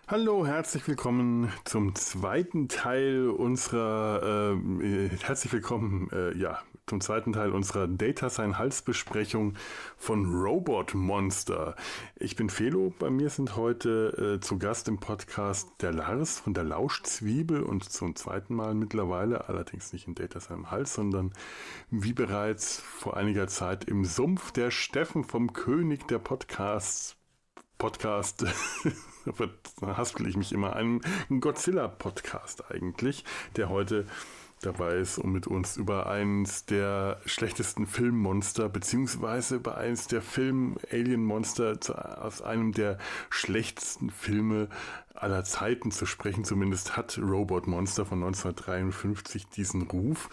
Hallo, herzlich willkommen zum zweiten Teil unserer, zum zweiten Teil unserer Data Sein Hals Besprechung von Robot Monster. Ich bin Felo, bei mir sind heute zu Gast im Podcast der Lars von der Lauschzwiebel und zum zweiten Mal mittlerweile, allerdings nicht in Data Sein Hals, sondern wie bereits vor einiger Zeit im Sumpf der Steffen vom König der Podcast, da haspel ich mich immer, ein Godzilla-Podcast eigentlich, der heute dabei ist, um mit uns über eins der schlechtesten Filmmonster, beziehungsweise über eins der Film-Alien-Monster aus einem der schlechtesten Filme aller Zeiten zu sprechen. Zumindest hat Robot Monster von 1953 diesen Ruf.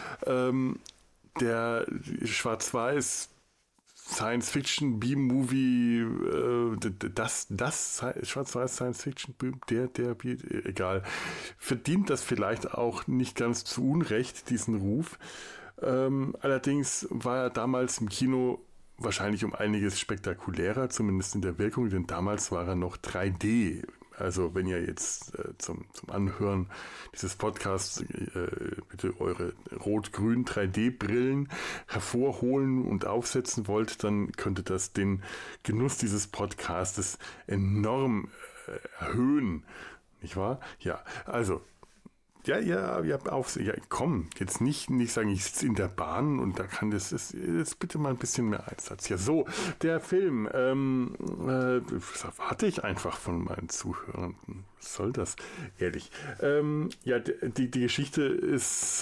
Der Schwarz-Weiß Science-Fiction B-Movie, das schwarz-weiß Science-Fiction, egal, verdient das vielleicht auch nicht ganz zu Unrecht, diesen Ruf. Allerdings war er damals im Kino wahrscheinlich um einiges spektakulärer, zumindest in der Wirkung, denn damals war er noch 3D. Also wenn ihr jetzt zum Anhören dieses Podcasts bitte eure rot-grün 3D-Brillen hervorholen und aufsetzen wollt, dann könnte das den Genuss dieses Podcastes enorm erhöhen. Nicht wahr? Ja, also ja, komm, jetzt nicht sagen, ich sitze in der Bahn und da kann jetzt bitte mal ein bisschen mehr Einsatz. Ja, so, der Film, das erwarte ich einfach von meinen Zuhörern. Was soll das? Ehrlich. Die Geschichte ist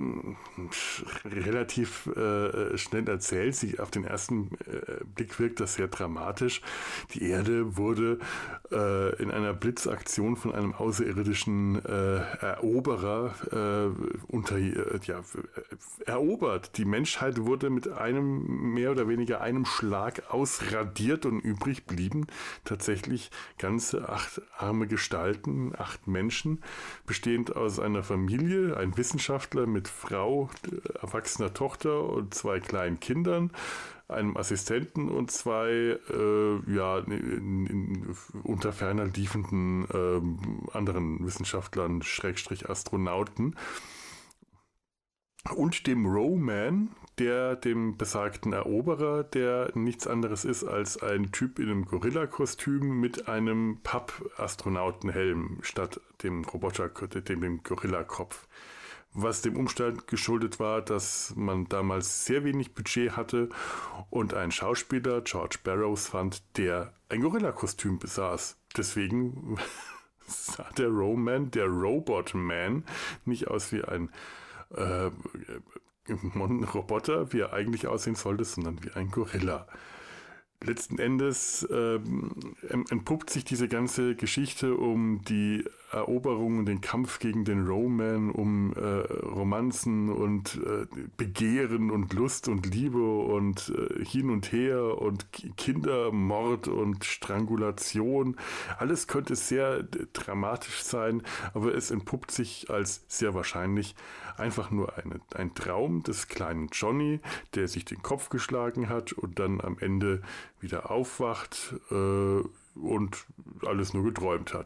relativ schnell erzählt. Sie auf den ersten Blick wirkt das sehr dramatisch. Die Erde wurde in einer Blitzaktion von einem außerirdischen Eroberer erobert. Die Menschheit wurde mit mehr oder weniger einem Schlag ausradiert und übrig blieben tatsächlich ganze 8 arme Gestalten, 8 Menschen, bestehend aus einer Familie, ein Wissenschaftler mit Frau, erwachsener Tochter und 2 kleinen Kindern, einem Assistenten und 2 unter ferner liefenden anderen Wissenschaftlern, Astronauten und dem Roman, dem besagten Eroberer, der nichts anderes ist als ein Typ in einem Gorilla-Kostüm mit einem Papp-Astronautenhelm statt dem dem Gorilla-Kopf. Was dem Umstand geschuldet war, dass man damals sehr wenig Budget hatte und ein Schauspieler, George Barrows, fand, der ein Gorilla-Kostüm besaß. Deswegen sah der Robot Man, nicht aus wie ein Roboter, wie er eigentlich aussehen sollte, sondern wie ein Gorilla. Letzten Endes entpuppt sich diese ganze Geschichte um die Eroberung und den Kampf gegen den Roman, um Romanzen und Begehren und Lust und Liebe und hin und her und Kindermord und Strangulation. Alles könnte sehr dramatisch sein, aber es entpuppt sich als sehr wahrscheinlich einfach nur ein Traum des kleinen Johnny, der sich den Kopf geschlagen hat und dann am Ende wieder aufwacht und alles nur geträumt hat. ...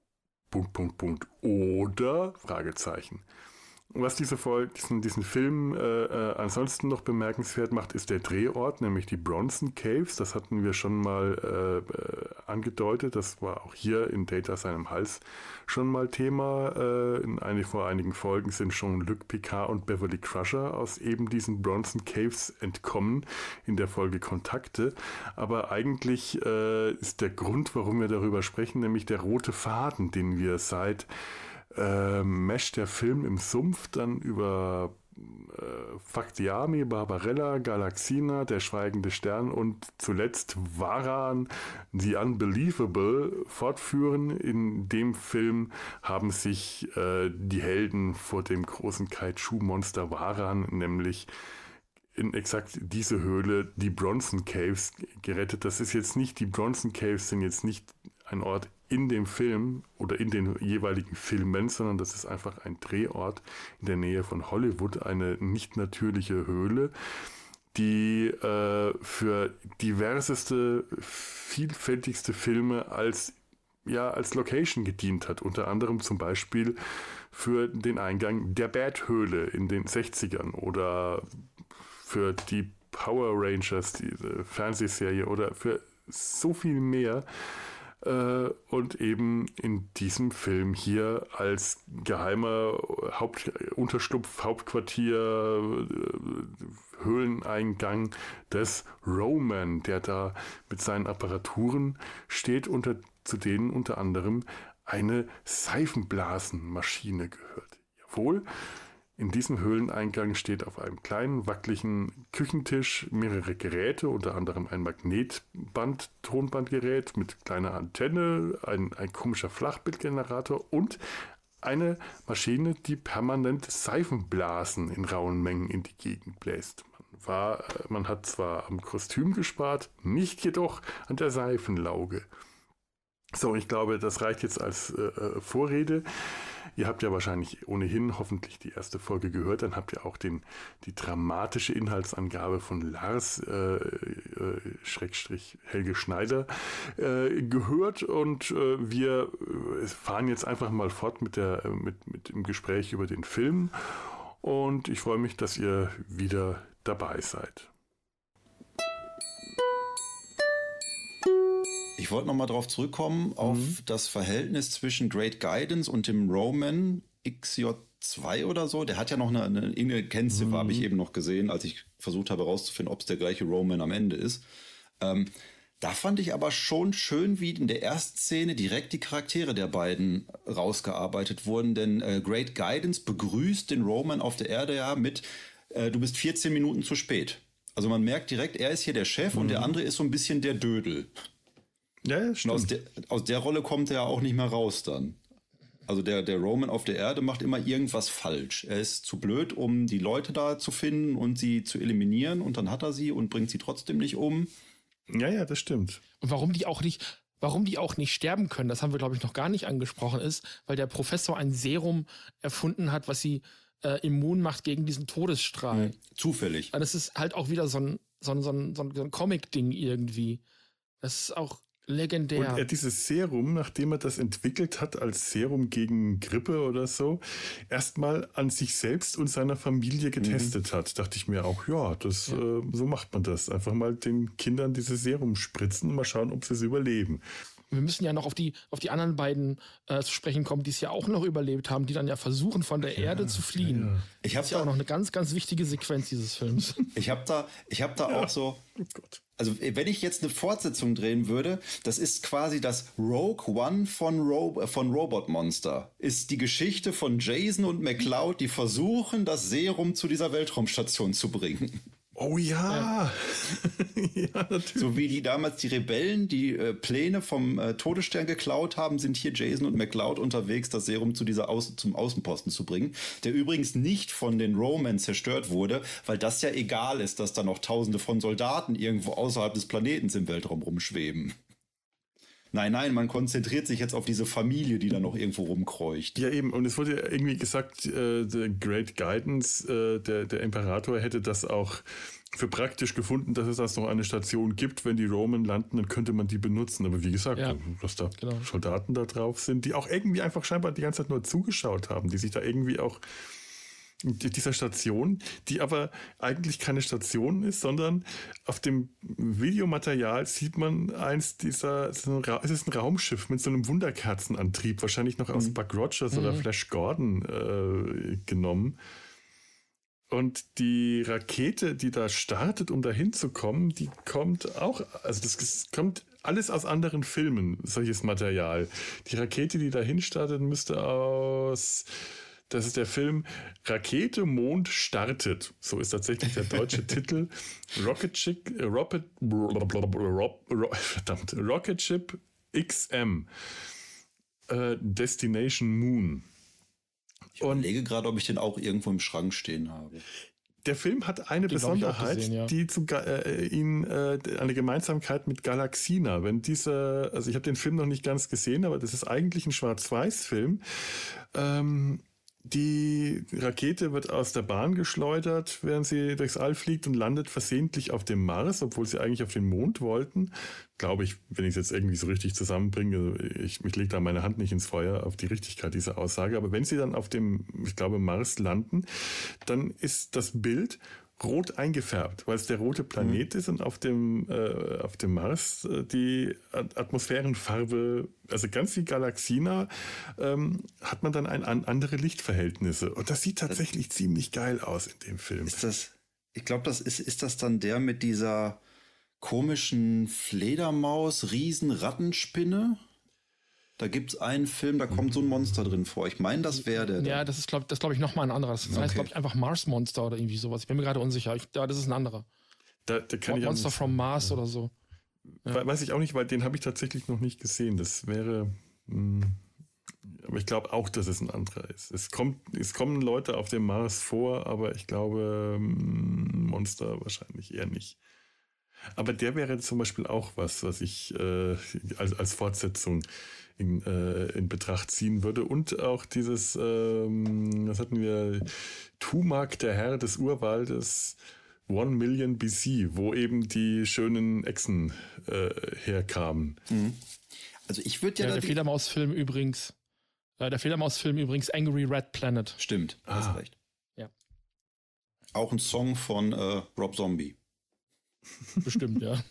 Oder? Fragezeichen. Was diesen Film ansonsten noch bemerkenswert macht, ist der Drehort, nämlich die Bronson Caves. Das hatten wir schon mal angedeutet. Das war auch hier in Data Seinem Hals schon mal Thema. Vor einigen Folgen sind Jean-Luc Picard und Beverly Crusher aus eben diesen Bronson Caves entkommen in der Folge Kontakte. Aber eigentlich ist der Grund, warum wir darüber sprechen, nämlich der rote Faden, den wir seit Mesh, der Film im Sumpf, dann über Faktiami, Barbarella, Galaxina, Der schweigende Stern und zuletzt Varan, The Unbelievable fortführen. In dem Film haben sich die Helden vor dem großen Kaiju-Monster Varan, nämlich in exakt diese Höhle, die Bronson Caves, gerettet. Das ist jetzt nicht, die Bronson Caves sind jetzt nicht ein Ort in dem Film oder in den jeweiligen Filmen, sondern das ist einfach ein Drehort in der Nähe von Hollywood, eine nicht natürliche Höhle, die für diverseste, vielfältigste Filme als ja als Location gedient hat. Unter anderem zum Beispiel für den Eingang der Bat-Höhle in den 60ern oder für die Power Rangers, diese Fernsehserie oder für so viel mehr. Und eben in diesem Film hier als geheimer Unterschlupf, Hauptquartier, Höhleneingang des Roman, der da mit seinen Apparaturen steht, zu denen unter anderem eine Seifenblasenmaschine gehört. Jawohl. In diesem Höhleneingang steht auf einem kleinen, wackeligen Küchentisch mehrere Geräte, unter anderem ein Tonbandgerät mit kleiner Antenne, ein komischer Flachbildgenerator und eine Maschine, die permanent Seifenblasen in rauen Mengen in die Gegend bläst. Man hat zwar am Kostüm gespart, nicht jedoch an der Seifenlauge. So, ich glaube, das reicht jetzt als Vorrede. Ihr habt ja wahrscheinlich ohnehin hoffentlich die erste Folge gehört, dann habt ihr auch die dramatische Inhaltsangabe von Lars Schrägstrich Helge Schneider gehört und wir fahren jetzt einfach mal fort mit dem Gespräch über den Film und ich freue mich, dass ihr wieder dabei seid. Ich wollte nochmal drauf zurückkommen, auf das Verhältnis zwischen Great Guidance und dem Roman XJ2 oder so. Der hat ja noch eine irgendeine Kennziffer, habe ich eben noch gesehen, als ich versucht habe herauszufinden, ob es der gleiche Roman am Ende ist. Da fand ich aber schon schön, wie in der ersten Szene direkt die Charaktere der beiden rausgearbeitet wurden. Denn Great Guidance begrüßt den Roman auf der Erde ja mit, du bist 14 Minuten zu spät. Also man merkt direkt, er ist hier der Chef und der andere ist so ein bisschen der Dödel. Ja, stimmt. Aus der Rolle kommt er ja auch nicht mehr raus dann. Also der Roman auf der Erde macht immer irgendwas falsch. Er ist zu blöd, um die Leute da zu finden und sie zu eliminieren und dann hat er sie und bringt sie trotzdem nicht um. Ja, das stimmt. Und warum die auch nicht sterben können, das haben wir, glaube ich, noch gar nicht angesprochen, ist, weil der Professor ein Serum erfunden hat, was sie immun macht gegen diesen Todesstrahl. Zufällig. Das ist halt auch wieder so ein Comic-Ding irgendwie. Das ist auch legendär. Und er dieses Serum, nachdem er das entwickelt hat als Serum gegen Grippe oder so, erstmal an sich selbst und seiner Familie getestet hat, dachte ich mir auch, so macht man das. Einfach mal den Kindern dieses Serum spritzen und mal schauen, ob sie es überleben. Wir müssen ja noch auf die anderen beiden zu sprechen kommen, die es ja auch noch überlebt haben, die dann ja versuchen, von der Erde zu fliehen. Ja. Das ist ja auch noch eine ganz, ganz wichtige Sequenz dieses Films. Ich hab da auch so... Oh Gott. Also wenn ich jetzt eine Fortsetzung drehen würde, das ist quasi das Rogue One von Robot Monster. Ist die Geschichte von Jason und McCloud, die versuchen, das Serum zu dieser Weltraumstation zu bringen. Oh ja. Ja, natürlich. So wie die damals die Rebellen die Pläne vom Todesstern geklaut haben, sind hier Jason und McCloud unterwegs, das Serum zum Außenposten zu bringen, der übrigens nicht von den Romans zerstört wurde, weil das ja egal ist, dass da noch Tausende von Soldaten irgendwo außerhalb des Planetens im Weltraum rumschweben. Nein, man konzentriert sich jetzt auf diese Familie, die da noch irgendwo rumkreucht. Ja, eben. Und es wurde ja irgendwie gesagt, the Great Guidance, der Imperator hätte das auch für praktisch gefunden, dass es das noch eine Station gibt. Wenn die Roman landen, dann könnte man die benutzen. Aber wie gesagt, dass da Soldaten da drauf sind, die auch irgendwie einfach scheinbar die ganze Zeit nur zugeschaut haben, die sich da irgendwie auch dieser Station, die aber eigentlich keine Station ist, sondern auf dem Videomaterial sieht man es ist ein Raumschiff mit so einem Wunderkerzenantrieb, wahrscheinlich noch aus Buck Rogers oder Flash Gordon genommen. Und die Rakete, die da startet, um da hinzukommen, die kommt auch, also das kommt alles aus anderen Filmen, solches Material. Die Rakete, die da hinstartet, müsste aus... Das ist der Film Rakete Mond startet. So ist tatsächlich der deutsche Titel. Rocket Ship XM. Destination Moon. Ich überlege gerade, ob ich den auch irgendwo im Schrank stehen habe. Der Film hat eine Besonderheit, die eine Gemeinsamkeit mit Galaxina. Also ich habe den Film noch nicht ganz gesehen, aber das ist eigentlich ein Schwarz-Weiß-Film. Die Rakete wird aus der Bahn geschleudert, während sie durchs All fliegt und landet versehentlich auf dem Mars, obwohl sie eigentlich auf den Mond wollten. Glaube ich, wenn ich es jetzt irgendwie so richtig zusammenbringe, ich lege da meine Hand nicht ins Feuer auf die Richtigkeit dieser Aussage, aber wenn sie dann auf dem, ich glaube, Mars landen, dann ist das Bild rot eingefärbt, weil es der rote Planet ist und auf dem Mars die Atmosphärenfarbe, also ganz wie Galaxina, hat man dann andere Lichtverhältnisse. Und das sieht tatsächlich ziemlich geil aus in dem Film. Ich glaube, ist das dann der mit dieser komischen Fledermaus-Riesen-Rattenspinne? Da gibt es einen Film, da kommt so ein Monster drin vor. Ich meine, das wäre der. Ja, das ist, glaube ich, nochmal ein anderer. Das heißt, glaube ich, einfach Mars Monster oder irgendwie sowas. Ich bin mir gerade unsicher. Das ist ein anderer. Da kann ich Monster from Mars oder so. Ja. Weiß ich auch nicht, weil den habe ich tatsächlich noch nicht gesehen. Das wäre... aber ich glaube auch, dass es ein anderer ist. Es kommen Leute auf dem Mars vor, aber ich glaube, Monster wahrscheinlich eher nicht. Aber der wäre zum Beispiel auch was ich als Fortsetzung in Betracht ziehen würde. Und auch dieses, was hatten wir, Tumak, der Herr des Urwaldes, 1 Million BC, wo eben die schönen Echsen herkamen. Also ich würde der Fledermausfilm übrigens Angry Red Planet. Stimmt, hast recht. Ja. Auch ein Song von Rob Zombie. Bestimmt, ja.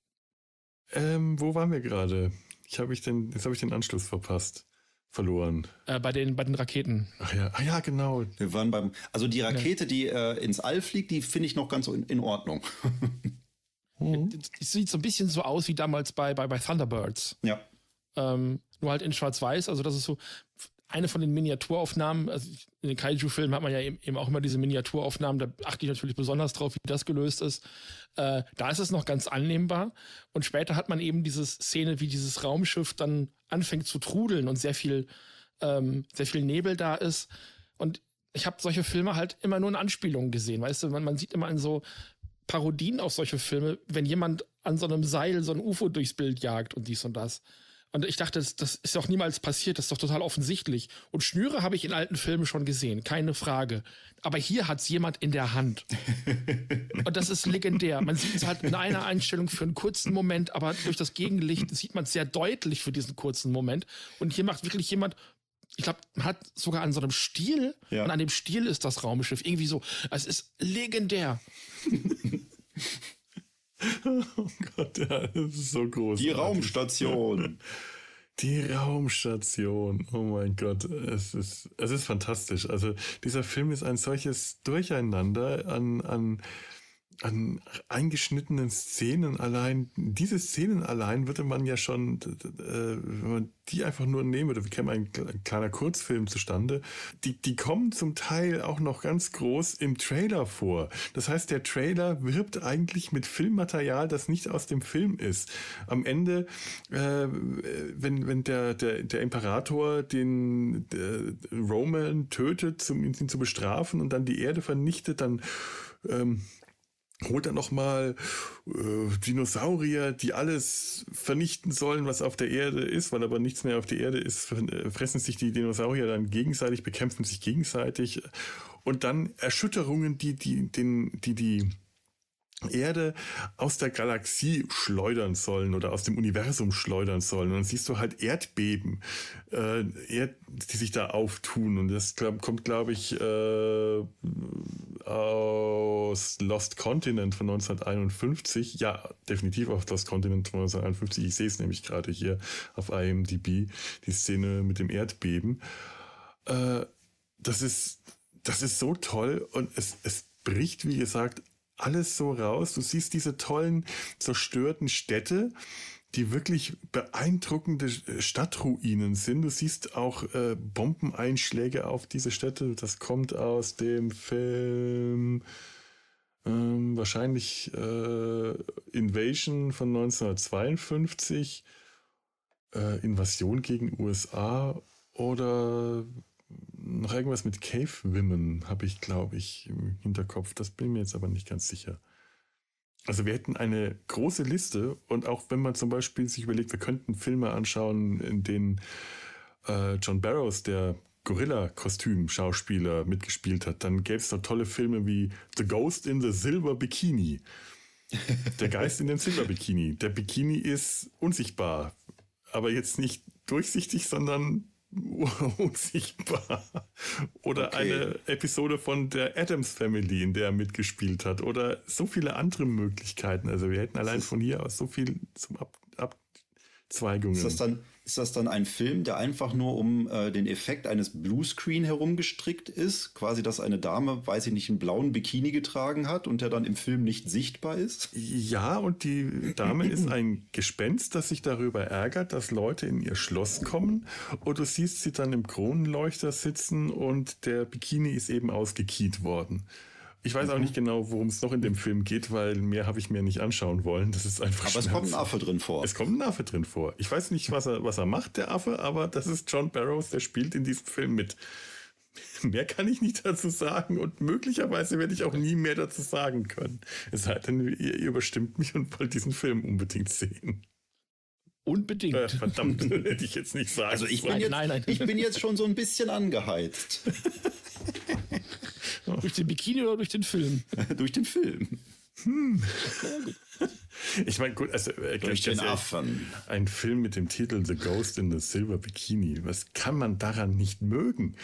Wo waren wir gerade? Jetzt habe ich den Anschluss verloren. Bei den Raketen. Ach ja, genau. Wir waren also die Rakete, die ins All fliegt, die finde ich noch ganz in Ordnung. Es sieht so ein bisschen so aus wie damals bei Thunderbirds. Ja. Nur halt in Schwarz-Weiß. Also das ist so eine von den Miniaturaufnahmen. Also in den Kaiju-Filmen hat man ja eben auch immer diese Miniaturaufnahmen. Da achte ich natürlich besonders drauf, wie das gelöst ist. Da ist es noch ganz annehmbar. Und später hat man eben diese Szene, wie dieses Raumschiff dann anfängt zu trudeln und sehr viel Nebel da ist. Und ich habe solche Filme halt immer nur in Anspielungen gesehen. Weißt du, man sieht immer in so Parodien auf solche Filme, wenn jemand an so einem Seil so ein UFO durchs Bild jagt und dies und das. Und ich dachte, das ist doch niemals passiert, das ist doch total offensichtlich. Und Schnüre habe ich in alten Filmen schon gesehen, keine Frage. Aber hier hat es jemand in der Hand. Und das ist legendär. Man sieht es halt in einer Einstellung für einen kurzen Moment, aber durch das Gegenlicht sieht man es sehr deutlich für diesen kurzen Moment. Und hier macht wirklich jemand, ich glaube, man hat sogar an so einem Stiel, und an dem Stiel ist das Raumschiff. Irgendwie so, es ist legendär. Oh Gott, ja, das ist so groß. Die Raumstation. Die Raumstation. Oh mein Gott, es ist fantastisch. Also dieser Film ist ein solches Durcheinander an eingeschnittenen Szenen allein. Diese Szenen allein würde man ja schon, wenn man die einfach nur nehmen würde, wie käme ein kleiner Kurzfilm zustande, die kommen zum Teil auch noch ganz groß im Trailer vor. Das heißt, der Trailer wirbt eigentlich mit Filmmaterial, das nicht aus dem Film ist. Am Ende, wenn der Imperator den Roman tötet, um ihn zu bestrafen und dann die Erde vernichtet, dann holt er nochmal Dinosaurier, die alles vernichten sollen, was auf der Erde ist, weil aber nichts mehr auf der Erde ist, fressen sich die Dinosaurier dann gegenseitig, bekämpfen sich gegenseitig und dann Erschütterungen, die Erde aus der Galaxie schleudern sollen oder aus dem Universum schleudern sollen. Und dann siehst du halt Erdbeben, die sich da auftun. Und das kommt, glaube ich, aus Lost Continent von 1951. Ja, definitiv aus Lost Continent von 1951. Ich sehe es nämlich gerade hier auf IMDb, die Szene mit dem Erdbeben. Das ist so toll und es bricht, wie gesagt, alles so raus. Du siehst diese tollen, zerstörten Städte, die wirklich beeindruckende Stadtruinen sind. Du siehst auch Bombeneinschläge auf diese Städte. Das kommt aus dem Film wahrscheinlich Invasion von 1952, Invasion gegen USA oder noch irgendwas mit Cave Women habe ich, glaube ich, im Hinterkopf. Das bin ich mir jetzt aber nicht ganz sicher. Also wir hätten eine große Liste und auch wenn man zum Beispiel sich überlegt, wir könnten Filme anschauen, in denen John Barrows, der Gorilla-Kostüm-Schauspieler mitgespielt hat, dann gäbe es doch tolle Filme wie The Ghost in the Silver Bikini. Der Geist in dem Silver Bikini. Der Bikini ist unsichtbar, aber jetzt nicht durchsichtig, sondern unsichtbar. Oder eine Episode von der Addams Family, in der er mitgespielt hat. Oder so viele andere Möglichkeiten. Also wir hätten allein von hier aus so viel zum Abzweigungen. Ist das dann ein Film, der einfach nur um den Effekt eines Bluescreen herumgestrickt ist? Quasi, dass eine Dame, weiß ich nicht, einen blauen Bikini getragen hat und der dann im Film nicht sichtbar ist? Ja, und die Dame ist ein Gespenst, das sich darüber ärgert, dass Leute in ihr Schloss kommen. Und du siehst sie dann im Kronenleuchter sitzen und der Bikini ist eben ausgekiet worden. Ich weiß auch nicht genau, worum es noch in dem Film geht, weil mehr habe ich mir nicht anschauen wollen. Das ist einfach Aber es kommt ein Affe drin vor. Es kommt ein Affe drin vor. Ich weiß nicht, was er macht, der Affe, aber das ist John Barrows, der spielt in diesem Film mit. Mehr kann ich nicht dazu sagen und möglicherweise werde ich auch nie mehr dazu sagen können. Es sei denn, ihr überstimmt mich und wollt diesen Film unbedingt sehen. Unbedingt. Verdammt, hätte ich jetzt nicht sagen. Also ich bin jetzt schon so ein bisschen angeheizt. Durch den Bikini oder durch den Film? Durch den Film. Ich meine, gut, also durch den Affen. Ein Film mit dem Titel The Ghost in the Silver Bikini. Was kann man daran nicht mögen?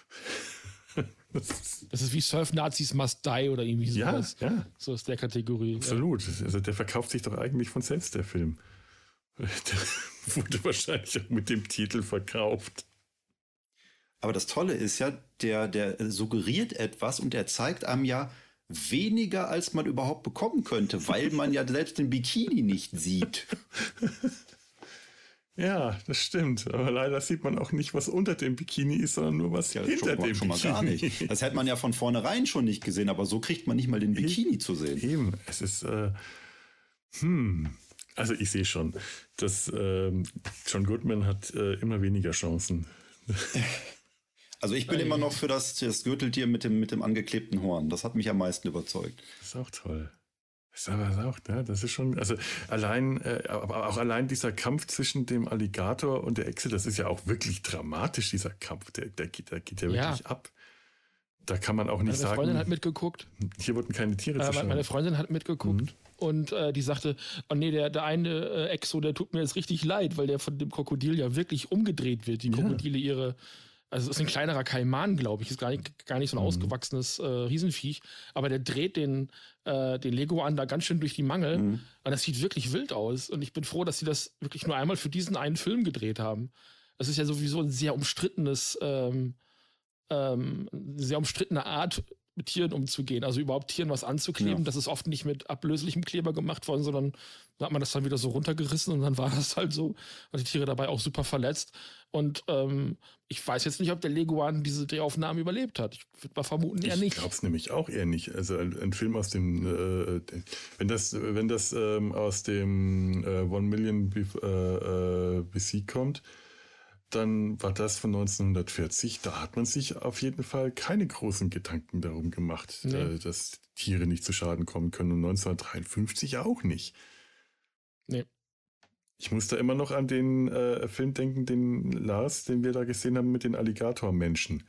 Das ist wie Surf Nazis Must Die oder irgendwie sowas. Ja. So ist der Kategorie. Absolut. Ja. Also der verkauft sich doch eigentlich von selbst, der Film. Der wurde wahrscheinlich auch mit dem Titel verkauft. Aber das Tolle ist ja, der suggeriert etwas und der zeigt einem ja weniger, als man überhaupt bekommen könnte, weil man ja selbst den Bikini nicht sieht. Ja, das stimmt. Aber leider sieht man auch nicht, was unter dem Bikini ist, sondern nur was hinter dem schon Bikini. Mal gar nicht. Das hätte man ja von vornherein schon nicht gesehen, aber so kriegt man nicht mal den Bikini zu sehen. Eben, es ist, also ich sehe schon, dass John Goodman hat immer weniger Chancen. Also ich bin immer noch für das Gürteltier mit dem angeklebten Horn. Das hat mich am meisten überzeugt. Das ist auch toll. Das ist schon, also aber auch allein dieser Kampf zwischen dem Alligator und der Echse, das ist ja auch wirklich dramatisch, dieser Kampf. Der geht ja wirklich ab. Da kann man auch nicht sagen. Meine Freundin hat mitgeguckt. Hier wurden keine Tiere zerschlagen. Meine Freundin hat mitgeguckt. Und die sagte, oh nee, der eine Exo, der tut mir jetzt richtig leid, weil der von dem Krokodil ja wirklich umgedreht wird. Die Krokodile also es ist ein kleinerer Kaiman, glaube ich, ist gar nicht so ein ausgewachsenes Riesenviech, aber der dreht den Leguan da ganz schön durch die Mangel und das sieht wirklich wild aus und ich bin froh, dass sie das wirklich nur einmal für diesen einen Film gedreht haben. Das ist ja sowieso ein sehr umstrittenes, sehr umstrittene Art, mit Tieren umzugehen. Also überhaupt Tieren was anzukleben, das ist oft nicht mit ablöslichem Kleber gemacht worden, sondern da hat man das dann wieder so runtergerissen und dann war das halt so. Und die Tiere dabei auch super verletzt. Und ich weiß jetzt nicht, ob der Leguan diese Drehaufnahmen überlebt hat. Ich würde mal vermuten, eher nicht. Ich glaube es nämlich auch eher nicht. Also ein Film aus dem, wenn das aus dem 1 Million BC kommt, dann war das von 1940. Da hat man sich auf jeden Fall keine großen Gedanken darum gemacht, dass Tiere nicht zu Schaden kommen können. Und 1953 auch nicht. Nee. Ich muss da immer noch an den Film denken, den wir da gesehen haben mit den Alligatormenschen.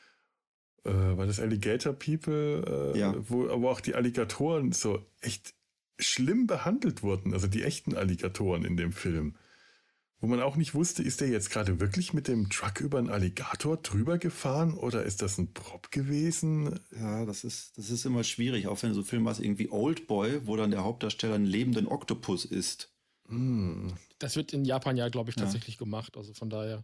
War das Alligator People? Wo aber auch die Alligatoren so echt schlimm behandelt wurden. Also die echten Alligatoren in dem Film. Wo man auch nicht wusste, ist der jetzt gerade wirklich mit dem Truck über einen Alligator drüber gefahren oder ist das ein Prop gewesen? Ja, das ist immer schwierig, auch wenn du so Film hast, irgendwie Oldboy, wo dann der Hauptdarsteller einen lebenden Oktopus isst. Das wird in Japan ja, glaube ich, tatsächlich gemacht, also von daher.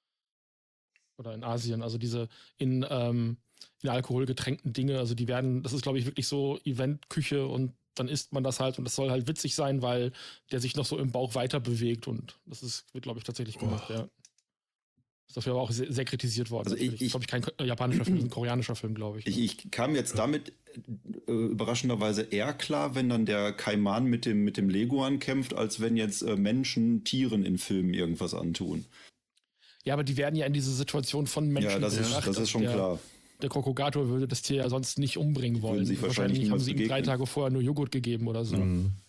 Oder in Asien, also diese in alkoholgetränkten Dinge, also die werden, das ist, glaube ich, wirklich so Eventküche und dann isst man das halt und das soll halt witzig sein, weil der sich noch so im Bauch weiter bewegt und wird, glaube ich, tatsächlich gemacht, ja. Ist dafür aber auch sehr, sehr kritisiert worden. Also ich glaube, kein japanischer Film, ein koreanischer Film, glaube ich. Ich kam jetzt damit überraschenderweise eher klar, wenn dann der Kaiman mit dem Leguan kämpft, als wenn jetzt Menschen Tieren in Filmen irgendwas antun. Ja, aber die werden ja in diese Situation von Menschen gebracht. Das ist schon klar. Der Krokogator würde das Tier ja sonst nicht umbringen wollen. Wahrscheinlich haben sie ihm 3 Tage vorher nur Joghurt gegeben oder so.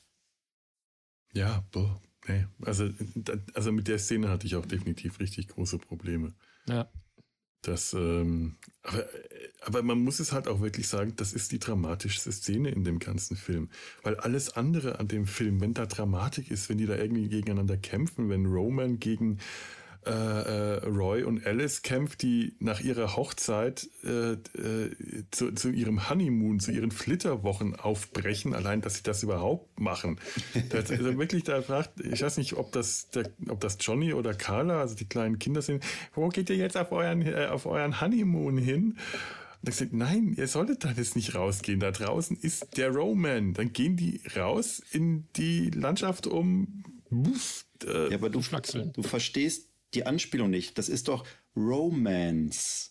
Ja, nee. Also mit der Szene hatte ich auch definitiv richtig große Probleme. Ja. Aber man muss es halt auch wirklich sagen, das ist die dramatischste Szene in dem ganzen Film. Weil alles andere an dem Film, wenn da Dramatik ist, wenn die da irgendwie gegeneinander kämpfen, wenn Roman gegen Roy und Alice kämpft, die nach ihrer Hochzeit zu ihrem Honeymoon, zu ihren Flitterwochen aufbrechen, allein, dass sie das überhaupt machen. Das ist wirklich, da fragt, ich weiß nicht, ob das Johnny oder Carla, also die kleinen Kinder sind, wo geht ihr jetzt auf euren Honeymoon hin? Und ich sage, nein, ihr solltet da jetzt nicht rausgehen. Da draußen ist der Roman. Dann gehen die raus in die Landschaft ja, aber du verstehst die Anspielung nicht. Das ist doch Romance.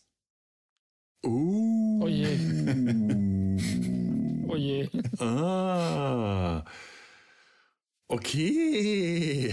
Oh je. Oh je. Okay.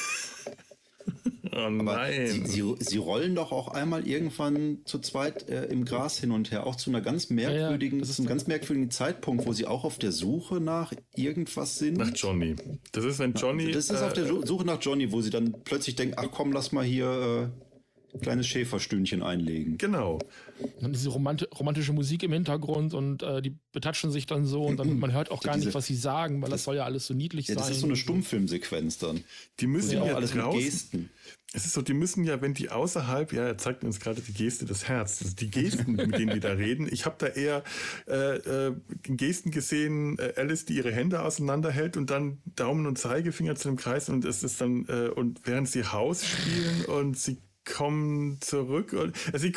Oh nein. Sie rollen doch auch einmal irgendwann zu zweit im Gras hin und her, auch zu einer ganz merkwürdigen, einem ganz merkwürdigen Zeitpunkt, wo sie auch auf der Suche nach irgendwas sind. Nach Johnny. Das ist, wenn Johnny... Das ist auf der Suche nach Johnny, wo sie dann plötzlich denken, ach komm, lass mal hier ein kleines Schäferstündchen einlegen. Genau. Und dann diese romantische Musik im Hintergrund und die betatschen sich dann so und dann man hört auch gar nicht, was sie sagen, weil das soll ja alles so niedlich sein. Das ist so eine Stummfilmsequenz dann. Die müssen ja alles draußen, mit Gesten. Es ist so, die müssen ja, wenn die außerhalb, ja, er zeigt uns gerade die Geste des Herzens, also die Gesten, mit denen die da reden. Ich habe da eher Gesten gesehen, Alice, die ihre Hände auseinanderhält und dann Daumen und Zeigefinger zu dem Kreis und es ist dann, und während sie Haus spielen und sie kommen zurück und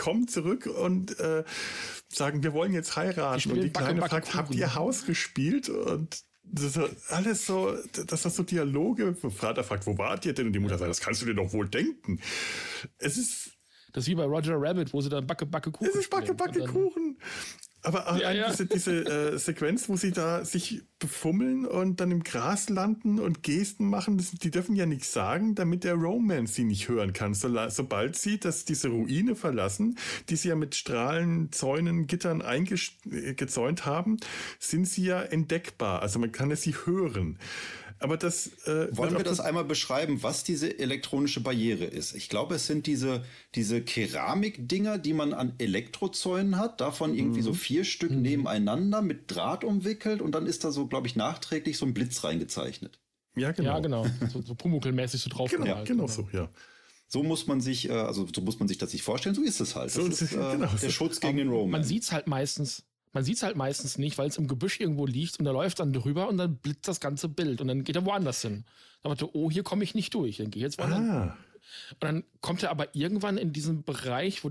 sagen, wir wollen jetzt heiraten. Und die Kleine fragt, habt ihr Haus gespielt? Und das ist alles so, dass das so Dialoge, der Vater fragt, wo wart ihr denn? Und die Mutter sagt, das kannst du dir doch wohl denken. Das ist wie bei Roger Rabbit, wo sie dann Backe Kuchen. Es ist Backe Kuchen. Aber diese Sequenz, wo sie da sich befummeln und dann im Gras landen und Gesten machen, die dürfen ja nichts sagen, damit der Roman sie nicht hören kann. Sobald sie diese Ruine verlassen, die sie ja mit Strahlen, Zäunen, Gittern eingezäunt haben, sind sie ja entdeckbar. Also man kann sie hören. Aber das wollen wir das einmal beschreiben, was diese elektronische Barriere ist? Ich glaube, es sind diese Keramikdinger, die man an Elektrozäunen hat, davon irgendwie so 4 Stück nebeneinander mit Draht umwickelt und dann ist da so, glaube ich, nachträglich so ein Blitz reingezeichnet. Ja, genau. Ja, genau. So Pumuckl-mäßig so drauf. Genau so, ja. So muss man sich das sich vorstellen, so ist es halt. Das ist der Schutz gegen den Roman. Man sieht es halt meistens nicht, weil es im Gebüsch irgendwo liegt und da läuft dann drüber und dann blitzt das ganze Bild und dann geht er woanders hin. Dann dachte hier komme ich nicht durch, dann gehe ich jetzt woanders. Und dann kommt er aber irgendwann in diesen Bereich, wo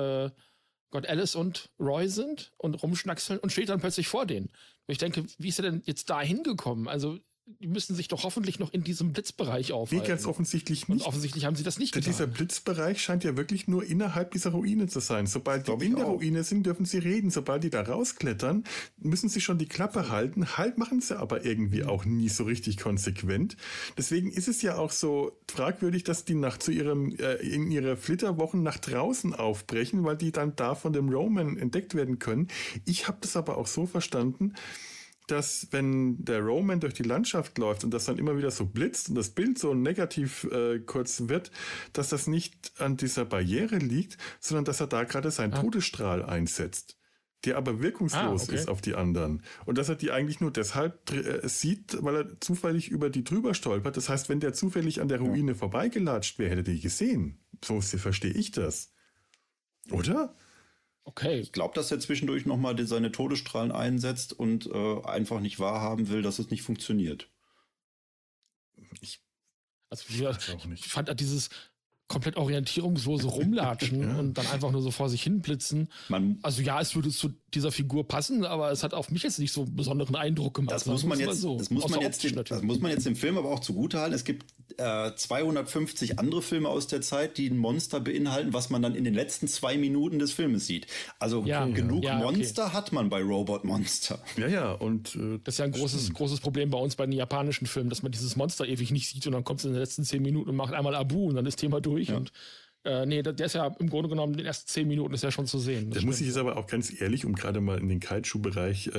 Alice und Roy sind und rumschnackseln und steht dann plötzlich vor denen. Und ich denke, wie ist er denn jetzt da hingekommen? Also die müssen sich doch hoffentlich noch in diesem Blitzbereich aufhalten. Nee, ganz offensichtlich nicht. Und offensichtlich haben sie das nicht getan. Dieser Blitzbereich scheint ja wirklich nur innerhalb dieser Ruine zu sein. Sobald die in der Ruine sind, dürfen sie reden. Sobald die da rausklettern, müssen sie schon die Klappe halten. Halt machen sie aber irgendwie auch nie so richtig konsequent. Deswegen ist es ja auch so fragwürdig, dass die in ihre Flitterwochen nach draußen aufbrechen, weil die dann da von dem Roman entdeckt werden können. Ich habe das aber auch so verstanden, dass wenn der Roman durch die Landschaft läuft und das dann immer wieder so blitzt und das Bild so negativ kurz wird, dass das nicht an dieser Barriere liegt, sondern dass er da gerade seinen Todesstrahl einsetzt, der aber wirkungslos ist auf die anderen. Und dass er die eigentlich nur deshalb sieht, weil er zufällig über die drüber stolpert. Das heißt, wenn der zufällig an der Ruine vorbeigelatscht wäre, hätte er die gesehen. So verstehe ich das. Oder? Okay. Ich glaube, dass er zwischendurch nochmal seine Todesstrahlen einsetzt und einfach nicht wahrhaben will, dass es nicht funktioniert. Ich fand dieses komplett orientierungslose Rumlatschen und dann einfach nur so vor sich hin blitzen. Es würde zu dieser Figur passen, aber es hat auf mich jetzt nicht so einen besonderen Eindruck gemacht. Das muss man jetzt dem Film aber auch zugutehalten. Es gibt 250 andere Filme aus der Zeit, die ein Monster beinhalten, was man dann in den letzten 2 Minuten des Filmes sieht. Also genug Monster hat man bei Robot Monster. Ja, und das ist ja ein großes Problem bei uns bei den japanischen Filmen, dass man dieses Monster ewig nicht sieht und dann kommt es in den letzten 10 Minuten und macht einmal Abu und dann ist Thema durch. Ja. Und der ist ja im Grunde genommen in den ersten 10 Minuten ist ja schon zu sehen. Da muss ich jetzt aber auch ganz ehrlich, um gerade mal in den Kaiju-Bereich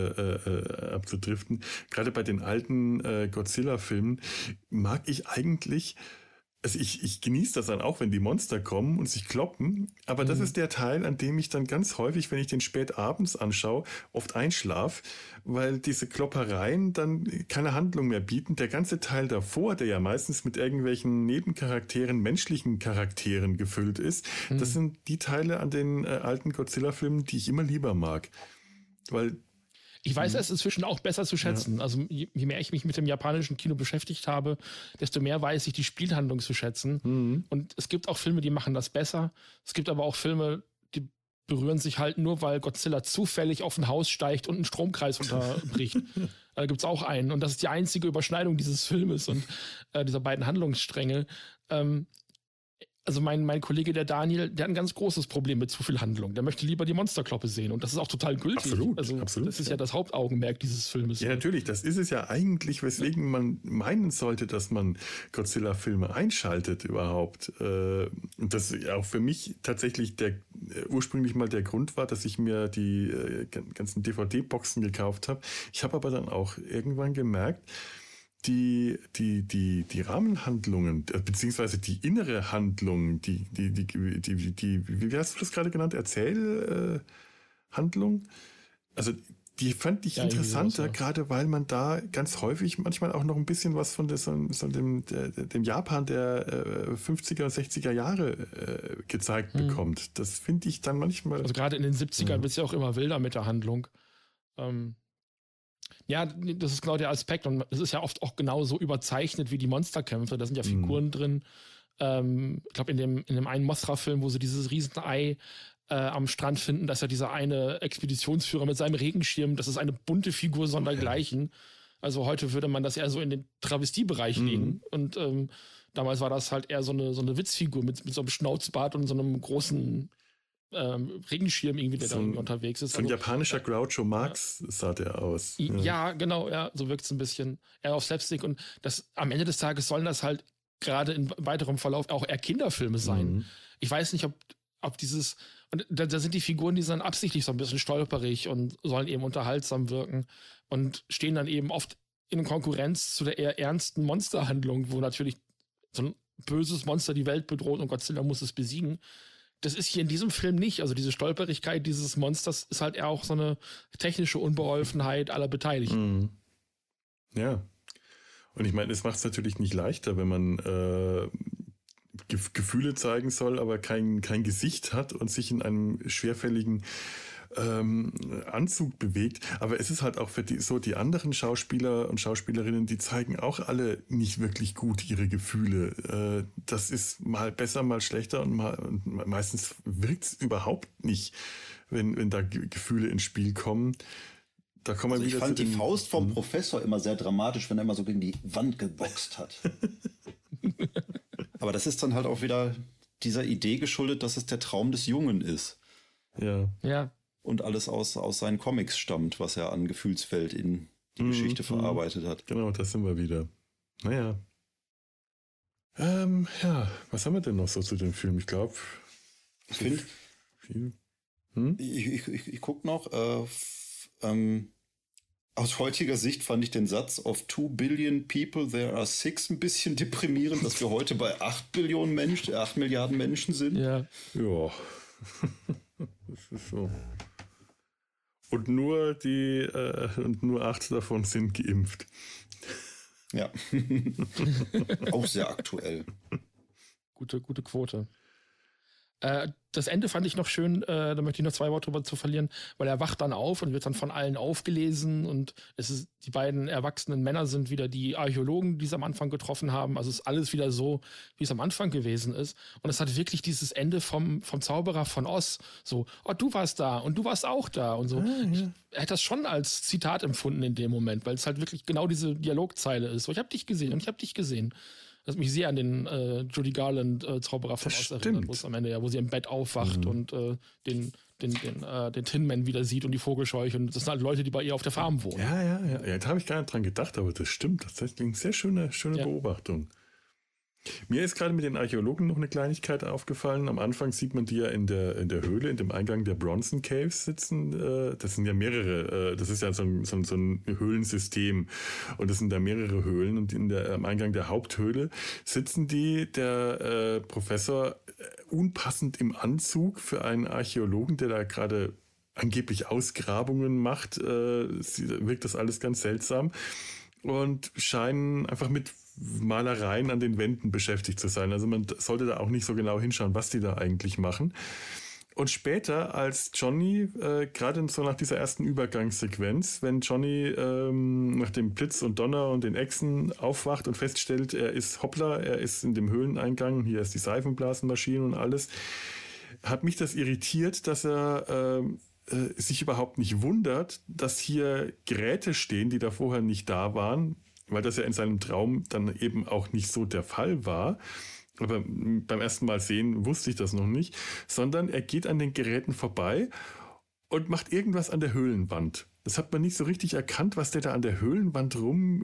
abzudriften, gerade bei den alten Godzilla-Filmen mag ich eigentlich also ich genieße das dann auch, wenn die Monster kommen und sich kloppen, aber das ist der Teil, an dem ich dann ganz häufig, wenn ich den spät abends anschaue, oft einschlaf, weil diese Kloppereien dann keine Handlung mehr bieten. Der ganze Teil davor, der ja meistens mit irgendwelchen Nebencharakteren, menschlichen Charakteren gefüllt ist, das sind die Teile an den alten Godzilla-Filmen, die ich immer lieber mag. Weil ich weiß es inzwischen auch besser zu schätzen. Ja. Also je mehr ich mich mit dem japanischen Kino beschäftigt habe, desto mehr weiß ich die Spielhandlung zu schätzen. Und es gibt auch Filme, die machen das besser. Es gibt aber auch Filme, die berühren sich halt nur, weil Godzilla zufällig auf ein Haus steigt und einen Stromkreis unterbricht. Da gibt es auch einen. Und das ist die einzige Überschneidung dieses Filmes und dieser beiden Handlungsstränge. Also mein Kollege, der Daniel, der hat ein ganz großes Problem mit zu viel Handlung. Der möchte lieber die Monsterkloppe sehen. Und das ist auch total gültig. Absolut. Das ist ja das Hauptaugenmerk dieses Filmes. Ja, natürlich. Das ist es ja eigentlich, weswegen man meinen sollte, dass man Godzilla-Filme einschaltet überhaupt. Und das auch für mich tatsächlich ursprünglich mal der Grund war, dass ich mir die ganzen DVD-Boxen gekauft habe. Ich habe aber dann auch irgendwann gemerkt, die Rahmenhandlungen, beziehungsweise die innere Handlung, wie hast du das gerade genannt? Erzählhandlung? Also, die fand ich interessanter, gerade weil man da ganz häufig manchmal auch noch ein bisschen was von dem Japan der 50er und 60er Jahre gezeigt bekommt. Das finde ich dann manchmal. Also gerade in den 70ern wird es ja auch immer wilder mit der Handlung. Ja, das ist genau der Aspekt und es ist ja oft auch genauso überzeichnet wie die Monsterkämpfe. Da sind ja Figuren drin. Ich glaube, in dem einen Mothra-Film, wo sie dieses Riesenei am Strand finden, dass ja dieser eine Expeditionsführer mit seinem Regenschirm, das ist eine bunte Figur sondergleichen. Also heute würde man das eher so in den Travestiebereich legen und damals war das halt eher so eine Witzfigur mit so einem Schnauzbart und so einem großen Regenschirm irgendwie, der da unterwegs ist. So ein japanischer Groucho Marx sah der aus. Ja, genau, ja, so wirkt es ein bisschen eher auf Slapstick und das am Ende des Tages sollen das halt gerade in weiterem Verlauf auch eher Kinderfilme sein. Ich weiß nicht, ob dieses, und da sind die Figuren, die sind absichtlich so ein bisschen stolperig und sollen eben unterhaltsam wirken und stehen dann eben oft in Konkurrenz zu der eher ernsten Monsterhandlung, wo natürlich so ein böses Monster die Welt bedroht und Godzilla muss es besiegen. Das ist hier in diesem Film nicht. Also diese Stolperigkeit dieses Monsters ist halt eher auch so eine technische Unbeholfenheit aller Beteiligten. Ja. Und ich meine, es macht es natürlich nicht leichter, wenn man Gefühle zeigen soll, aber kein Gesicht hat und sich in einem schwerfälligen Anzug bewegt. Aber es ist halt auch für die anderen Schauspieler und Schauspielerinnen, die zeigen auch alle nicht wirklich gut ihre Gefühle. Das ist mal besser, mal schlechter und meistens wirkt es überhaupt nicht, wenn da Gefühle ins Spiel kommen. Da kommen wir wieder. Ich fand die Faust vom Professor immer sehr dramatisch, wenn er immer so gegen die Wand geboxt hat. Aber das ist dann halt auch wieder dieser Idee geschuldet, dass es der Traum des Jungen ist. Ja. Und alles aus seinen Comics stammt, was er an Gefühlsfeld in die Geschichte verarbeitet hat. Genau, das sind wir wieder. Naja. Was haben wir denn noch so zu dem Film? Ich glaube, ich finde, ich gucke noch, aus heutiger Sicht fand ich den Satz of 2 billion people, there are 6 ein bisschen deprimierend, dass wir heute bei 8 Milliarden Menschen sind. Ja. Das ist so. Und nur 8 davon sind geimpft. Ja. Auch sehr aktuell. Gute Quote. Das Ende fand ich noch schön, da möchte ich noch 2 Worte drüber zu verlieren, weil er wacht dann auf und wird dann von allen aufgelesen und die beiden erwachsenen Männer sind wieder die Archäologen, die sie am Anfang getroffen haben. Also es ist alles wieder so, wie es am Anfang gewesen ist. Und es hat wirklich dieses Ende vom Zauberer von Oz, so, oh, du warst da und du warst auch da und so. Ich hätte das schon als Zitat empfunden in dem Moment, weil es halt wirklich genau diese Dialogzeile ist. So, ich habe dich gesehen und ich habe dich gesehen. Das hat mich sehr an den Judy Garland Zauberer von Oz erinnert, wo es am Ende wo sie im Bett aufwacht und den Tin Man wieder sieht und die Vogelscheuche. Und das sind halt Leute, die bei ihr auf der Farm wohnen. Ja, da habe ich gar nicht dran gedacht, aber das stimmt. Das ist eine sehr schöne Beobachtung. Mir ist gerade mit den Archäologen noch eine Kleinigkeit aufgefallen. Am Anfang sieht man die ja in der Höhle, in dem Eingang der Bronson Caves sitzen. Das sind ja mehrere, das ist ja so ein Höhlensystem. Und das sind da mehrere Höhlen. Und am Eingang der Haupthöhle sitzen der Professor unpassend im Anzug für einen Archäologen, der da gerade angeblich Ausgrabungen macht. Wirkt das alles ganz seltsam. Und scheinen einfach mit Malereien an den Wänden beschäftigt zu sein. Also man sollte da auch nicht so genau hinschauen, was die da eigentlich machen. Und später, als Johnny, gerade so nach dieser ersten Übergangssequenz, wenn Johnny nach dem Blitz und Donner und den Echsen aufwacht und feststellt, er ist in dem Höhleneingang, hier ist die Seifenblasenmaschine und alles, hat mich das irritiert, dass er sich überhaupt nicht wundert, dass hier Geräte stehen, die da vorher nicht da waren, weil das ja in seinem Traum dann eben auch nicht so der Fall war. Aber beim ersten Mal sehen wusste ich das noch nicht, sondern er geht an den Geräten vorbei und macht irgendwas an der Höhlenwand. Das hat man nicht so richtig erkannt, was der da an der Höhlenwand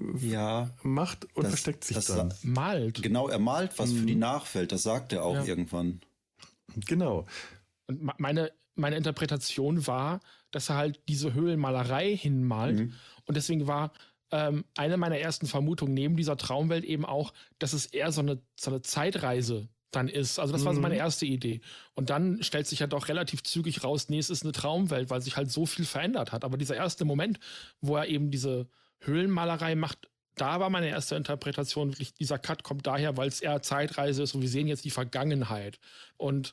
macht und versteckt sich dann. Malt. Genau, er malt was für die Nachwelt, das sagt er auch irgendwann. Genau. Und meine Interpretation war, dass er halt diese Höhlenmalerei hinmalt und deswegen war eine meiner ersten Vermutungen neben dieser Traumwelt eben auch, dass es eher so eine Zeitreise dann ist. Also das war so meine erste Idee. Und dann stellt sich ja doch relativ zügig raus, nee, es ist eine Traumwelt, weil sich halt so viel verändert hat. Aber dieser erste Moment, wo er eben diese Höhlenmalerei macht, da war meine erste Interpretation wirklich, dieser Cut kommt daher, weil es eher Zeitreise ist und wir sehen jetzt die Vergangenheit. Und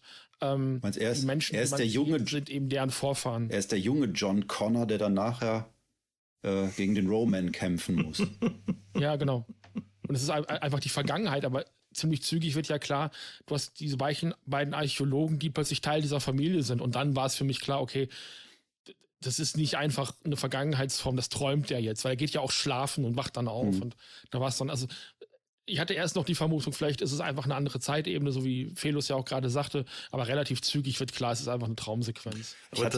die Menschen, sind eben deren Vorfahren. Er ist der junge John Connor, der dann nachher gegen den Roman kämpfen muss. Ja, genau. Und es ist einfach die Vergangenheit, aber ziemlich zügig wird ja klar, du hast diese beiden Archäologen, die plötzlich Teil dieser Familie sind. Und dann war es für mich klar, okay, das ist nicht einfach eine Vergangenheitsform, das träumt er jetzt, weil er geht ja auch schlafen und wacht dann auf. Und da war es dann, also ich hatte erst noch die Vermutung, vielleicht ist es einfach eine andere Zeitebene, so wie Felus ja auch gerade sagte, aber relativ zügig wird klar, es ist einfach eine Traumsequenz. Ich hatte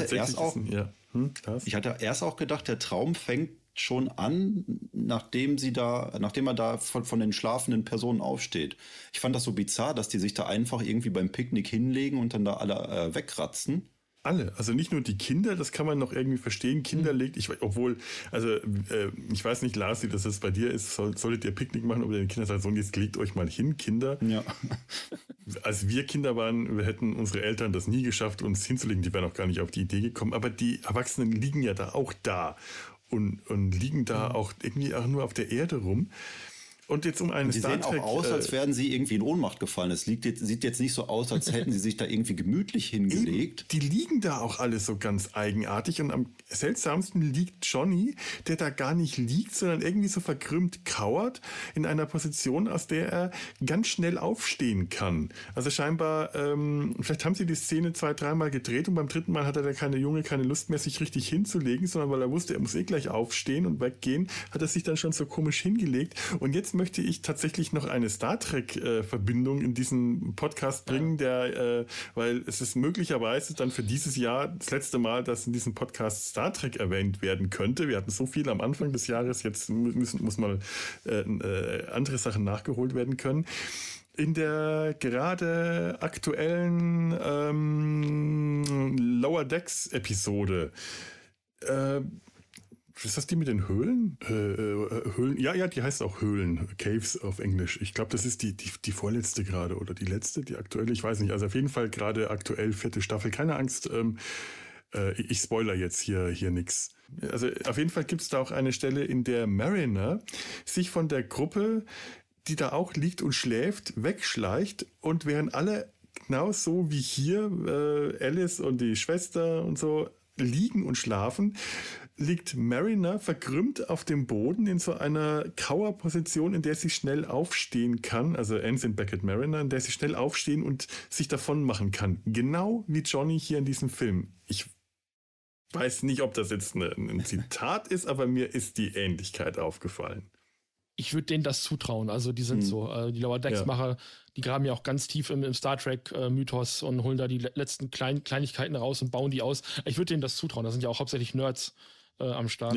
erst auch gedacht, der Traum fängt schon an, nachdem er da von den schlafenden Personen aufsteht. Ich fand das so bizarr, dass die sich da einfach irgendwie beim Picknick hinlegen und dann da alle wegratzen. Alle, also nicht nur die Kinder, das kann man noch irgendwie verstehen. Kinder ich weiß nicht, Lars, wie das jetzt bei dir ist, solltet ihr Picknick machen, oder den Kindern sagen, so, jetzt legt euch mal hin, Kinder. Ja. Als wir Kinder waren, hätten unsere Eltern das nie geschafft, uns hinzulegen, die wären auch gar nicht auf die Idee gekommen, aber die Erwachsenen liegen ja da auch da und liegen da auch irgendwie auch nur auf der Erde rum. Und jetzt einen Sie sehen auch aus, als wären sie irgendwie in Ohnmacht gefallen. Es sieht jetzt nicht so aus, als hätten sie sich da irgendwie gemütlich hingelegt. Eben, die liegen da auch alle so ganz eigenartig. Und am seltsamsten liegt Johnny, der da gar nicht liegt, sondern irgendwie so verkrümmt kauert in einer Position, aus der er ganz schnell aufstehen kann. Also scheinbar, vielleicht haben sie die Szene 2-3 Mal gedreht und beim dritten Mal hatte der keine Lust mehr, sich richtig hinzulegen, sondern weil er wusste, er muss gleich aufstehen und weggehen, hat er sich dann schon so komisch hingelegt. Und jetzt möchte ich tatsächlich noch eine Star Trek-Verbindung in diesen Podcast bringen, weil es ist möglicherweise dann für dieses Jahr das letzte Mal, dass in diesem Podcast Star Trek erwähnt werden könnte. Wir hatten so viel am Anfang des Jahres, jetzt muss mal andere Sachen nachgeholt werden können. In der gerade aktuellen Lower Decks Episode ist das die mit den Höhlen? Höhlen? Ja, die heißt auch Höhlen. Caves auf Englisch. Ich glaube, das ist die vorletzte gerade oder die letzte, die aktuelle. Ich weiß nicht. Also auf jeden Fall gerade aktuell 4. Staffel. Keine Angst. Ich spoiler jetzt hier nix. Also auf jeden Fall gibt es da auch eine Stelle, in der Mariner sich von der Gruppe, die da auch liegt und schläft, wegschleicht und während alle genau so wie hier, Alice und die Schwester und so liegen und schlafen, liegt Mariner verkrümmt auf dem Boden in so einer Kauerposition, in der sie schnell aufstehen kann, also Ensign Beckett Mariner, in der sie schnell aufstehen und sich davon machen kann. Genau wie Johnny hier in diesem Film. Ich weiß nicht, ob das jetzt ein Zitat ist, aber mir ist die Ähnlichkeit aufgefallen. Ich würde denen das zutrauen. Also die sind so, die Lower Decks-Macher, die graben ja auch ganz tief im Star Trek-Mythos und holen da die letzten Kleinigkeiten raus und bauen die aus. Ich würde denen das zutrauen. Da sind ja auch hauptsächlich Nerds am Start. Ja.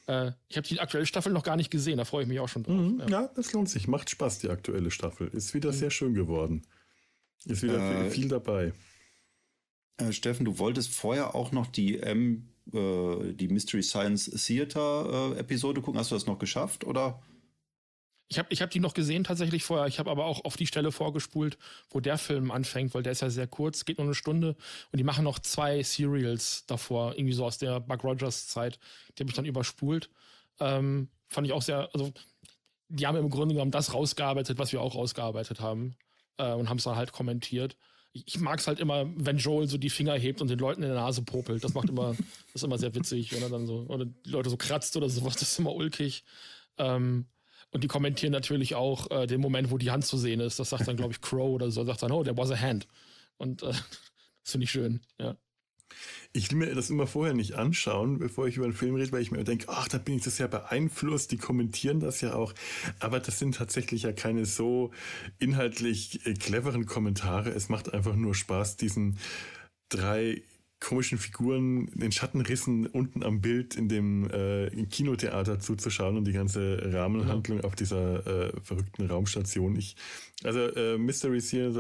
Ich habe die aktuelle Staffel noch gar nicht gesehen, da freue ich mich auch schon drauf. Ja, das lohnt sich. Macht Spaß, die aktuelle Staffel. Ist wieder sehr schön geworden. Ist wieder viel dabei. Steffen, du wolltest vorher auch noch die Mystery Science Theater Episode gucken. Hast du das noch geschafft, oder? Ich hab die noch gesehen tatsächlich vorher. Ich habe aber auch auf die Stelle vorgespult, wo der Film anfängt, weil der ist ja sehr kurz, geht nur eine Stunde. Und die machen noch 2 Serials davor, irgendwie so aus der Buck Rogers Zeit. Die habe ich dann überspult. Fand ich auch sehr, also die haben im Grunde genommen das rausgearbeitet, was wir auch rausgearbeitet haben. Und haben es dann halt kommentiert. Ich mag es halt immer, wenn Joel so die Finger hebt und den Leuten in der Nase popelt. Das ist immer sehr witzig, wenn er dann so, oder die Leute so kratzt oder sowas, das ist immer ulkig. Und die kommentieren natürlich auch den Moment, wo die Hand zu sehen ist. Das sagt dann, glaube ich, Crow oder so. Sagt dann, oh, there was a hand. Und das finde ich schön, ja. Ich will mir das immer vorher nicht anschauen, bevor ich über einen Film rede, weil ich mir denke, ach, da bin ich das ja beeinflusst, die kommentieren das ja auch. Aber das sind tatsächlich ja keine so inhaltlich cleveren Kommentare. Es macht einfach nur Spaß, diesen 3 komischen Figuren, den Schattenrissen unten am Bild in dem Kinotheater zuzuschauen und die ganze Rahmenhandlung auf dieser verrückten Raumstation. Mystery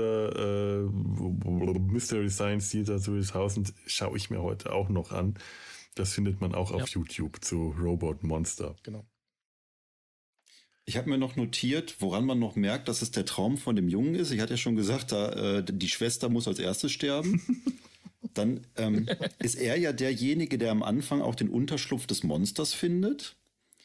Science Theater 2000 schaue ich mir heute auch noch an. Das findet man auch auf YouTube zu Robot Monster. Genau. Ich habe mir noch notiert, woran man noch merkt, dass es der Traum von dem Jungen ist. Ich hatte ja schon gesagt, die Schwester muss als erstes sterben. Dann ist er ja derjenige, der am Anfang auch den Unterschlupf des Monsters findet.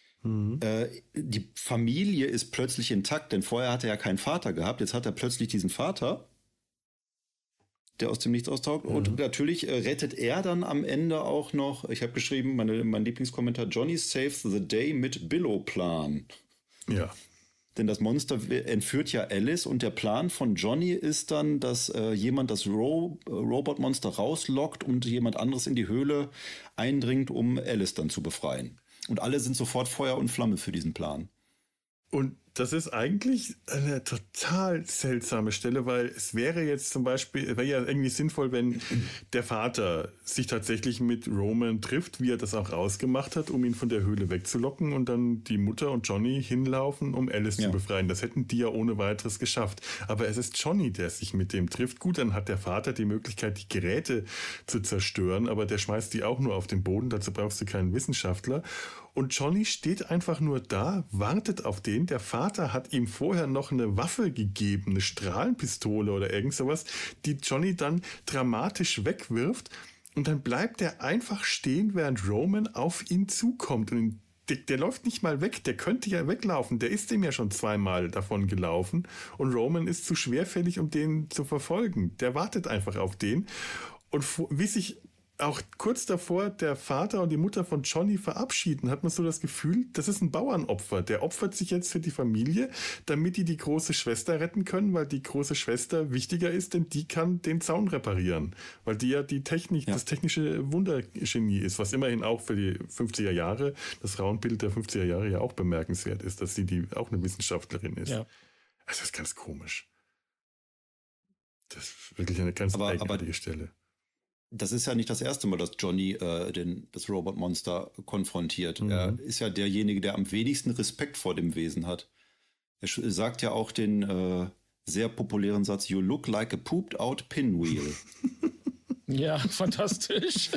Die Familie ist plötzlich intakt, denn vorher hat er ja keinen Vater gehabt. Jetzt hat er plötzlich diesen Vater, der aus dem Nichts austaucht. Und natürlich rettet er dann am Ende auch noch, ich habe geschrieben, mein Lieblingskommentar, Johnny saves the day mit Billow-Plan. Ja. Denn das Monster entführt ja Alice und der Plan von Johnny ist dann, dass jemand das Robotmonster rauslockt und jemand anderes in die Höhle eindringt, um Alice dann zu befreien. Und alle sind sofort Feuer und Flamme für diesen Plan. Und das ist eigentlich eine total seltsame Stelle, weil es wäre jetzt zum Beispiel, wäre ja irgendwie sinnvoll, wenn der Vater sich tatsächlich mit Roman trifft, wie er das auch ausgemacht hat, um ihn von der Höhle wegzulocken und dann die Mutter und Johnny hinlaufen, um Alice zu befreien. Das hätten die ja ohne weiteres geschafft. Aber es ist Johnny, der sich mit dem trifft. Gut, dann hat der Vater die Möglichkeit, die Geräte zu zerstören, aber der schmeißt die auch nur auf den Boden. Dazu brauchst du keinen Wissenschaftler. Und Johnny steht einfach nur da, wartet auf den. Der Vater hat ihm vorher noch eine Waffe gegeben, eine Strahlenpistole oder irgend sowas, die Johnny dann dramatisch wegwirft. Und dann bleibt er einfach stehen, während Roman auf ihn zukommt. Und der läuft nicht mal weg, der könnte ja weglaufen. Der ist dem ja schon 2-mal davon gelaufen. Und Roman ist zu schwerfällig, um den zu verfolgen. Der wartet einfach auf den. Und wie sich auch kurz davor der Vater und die Mutter von Johnny verabschieden, hat man so das Gefühl, das ist ein Bauernopfer. Der opfert sich jetzt für die Familie, damit die große Schwester retten können, weil die große Schwester wichtiger ist, denn die kann den Zaun reparieren. Weil die ja die Technik, das technische Wundergenie ist, was immerhin auch für die 50er Jahre, das Frauenbild der 50er Jahre ja auch bemerkenswert ist, dass sie auch eine Wissenschaftlerin ist. Ja. Also das ist ganz komisch. Das ist wirklich eine ganz eigenartige Stelle. Das ist ja nicht das erste Mal, dass Johnny das Robotmonster konfrontiert. Er ist ja derjenige, der am wenigsten Respekt vor dem Wesen hat. Er sagt ja auch den sehr populären Satz, "You look like a pooped out pinwheel." Ja, fantastisch.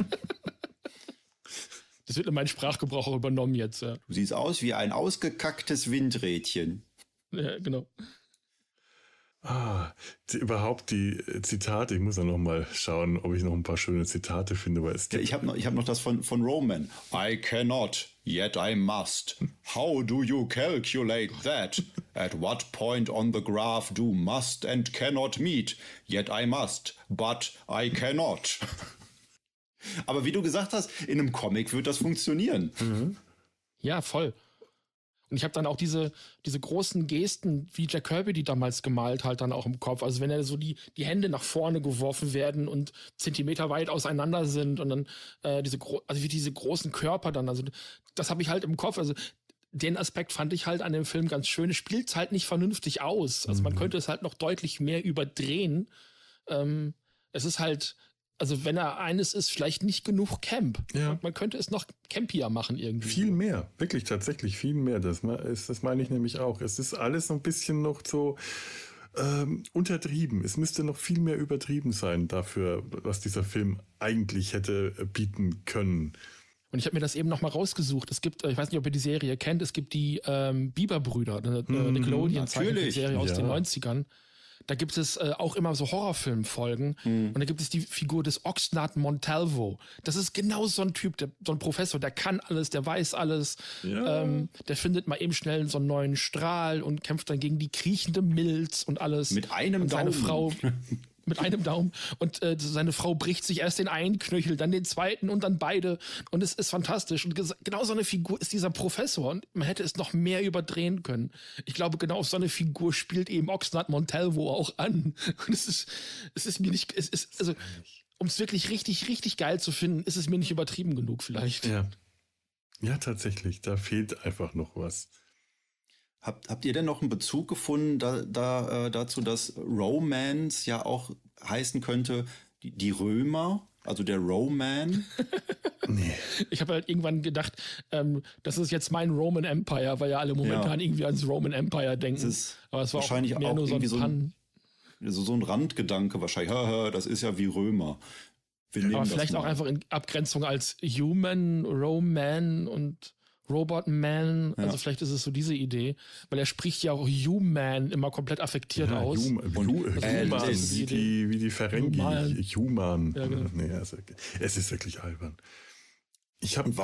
Das wird in meinen Sprachgebrauch auch übernommen jetzt. Ja. Du siehst aus wie ein ausgekacktes Windrädchen. Ja, genau. Überhaupt die Zitate, ich muss ja noch mal schauen, ob ich noch ein paar schöne Zitate finde. Weil ich hab noch das von Roman. I cannot, yet I must. How do you calculate that? At what point on the graph do must and cannot meet? Yet I must, but I cannot. Aber wie du gesagt hast, in einem Comic wird das funktionieren. Ja, voll. Und ich habe dann auch diese großen Gesten, wie Jack Kirby die damals gemalt hat, dann auch im Kopf. Also wenn er so die Hände nach vorne geworfen werden und Zentimeter weit auseinander sind und dann wie diese großen Körper dann, also das habe ich halt im Kopf. Also den Aspekt fand ich halt an dem Film ganz schön. Es spielt es halt nicht vernünftig aus. Also man könnte es halt noch deutlich mehr überdrehen. Es ist halt, also wenn er eines ist, vielleicht nicht genug Camp. Ja. Man könnte es noch campier machen irgendwie. Viel mehr, wirklich tatsächlich viel mehr. Das meine ich nämlich auch. Es ist alles so ein bisschen noch so untertrieben. Es müsste noch viel mehr übertrieben sein dafür, was dieser Film eigentlich hätte bieten können. Und ich habe mir das eben noch mal rausgesucht. Es gibt, ich weiß nicht, ob ihr die Serie kennt, es gibt die Bieber-Brüder, eine Nickelodeon-Zeichentrickserie aus den 90ern. Da gibt es auch immer so Horrorfilmfolgen. Und da gibt es die Figur des Oxnard Montalvo. Das ist genau so ein Typ, so ein Professor, der kann alles, der weiß alles. Ja. Der findet mal eben schnell so einen neuen Strahl und kämpft dann gegen die kriechende Milz und alles. Mit einem und seine Daumen. Frau mit einem Daumen. Und seine Frau bricht sich erst den einen Knöchel, dann den zweiten und dann beide. Und es ist fantastisch. Und genau so eine Figur ist dieser Professor. Und man hätte es noch mehr überdrehen können. Ich glaube, genau auf so eine Figur spielt eben Oxnard Montalvo auch an. Und es ist mir nicht, also, um es wirklich richtig, richtig geil zu finden, ist es mir nicht übertrieben genug vielleicht. Ja. Ja, tatsächlich. Da fehlt einfach noch was. Habt ihr denn noch einen Bezug gefunden dazu, dass Romance ja auch heißen könnte, die Römer, also der Roman? Nee. Ich habe halt irgendwann gedacht, das ist jetzt mein Roman Empire, weil ja alle momentan irgendwie ans Roman Empire denken. Aber es war wahrscheinlich auch mehr auch nur so ein irgendwie Pun. so ein Randgedanke wahrscheinlich. Das ist ja wie Römer. Aber vielleicht auch einfach in Abgrenzung als Human, Roman und Robot Man, also vielleicht ist es so diese Idee, weil er spricht ja auch Human immer komplett affektiert aus. Human, wie die Ferengi. Human. Ja, genau. Nee, also, es ist wirklich albern. Und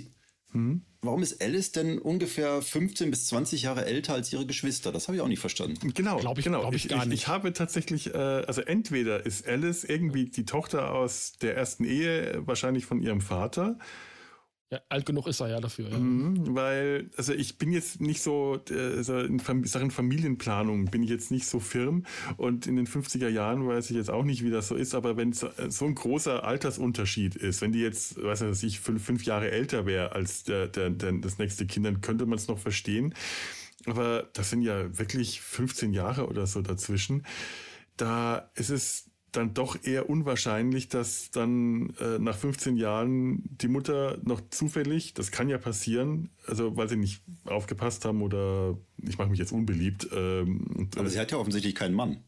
warum ist Alice denn ungefähr 15 bis 20 Jahre älter als ihre Geschwister? Das habe ich auch nicht verstanden. Genau, Glaub ich gar nicht. Ich habe tatsächlich, also entweder ist Alice irgendwie die Tochter aus der ersten Ehe, wahrscheinlich von ihrem Vater. Ja, alt genug ist er ja dafür. Ja. Weil, also ich bin jetzt nicht so, in Sachen Familienplanung bin ich jetzt nicht so firm und in den 50er Jahren weiß ich jetzt auch nicht, wie das so ist, aber wenn so ein großer Altersunterschied ist, wenn die jetzt, weiß nicht, dass ich 5 Jahre älter wäre als das nächste Kind, dann könnte man es noch verstehen. Aber das sind ja wirklich 15 Jahre oder so dazwischen. Da ist es dann doch eher unwahrscheinlich, dass dann nach 15 Jahren die Mutter noch zufällig, das kann ja passieren, also weil sie nicht aufgepasst haben oder ich mache mich jetzt unbeliebt. Aber sie hat ja offensichtlich keinen Mann.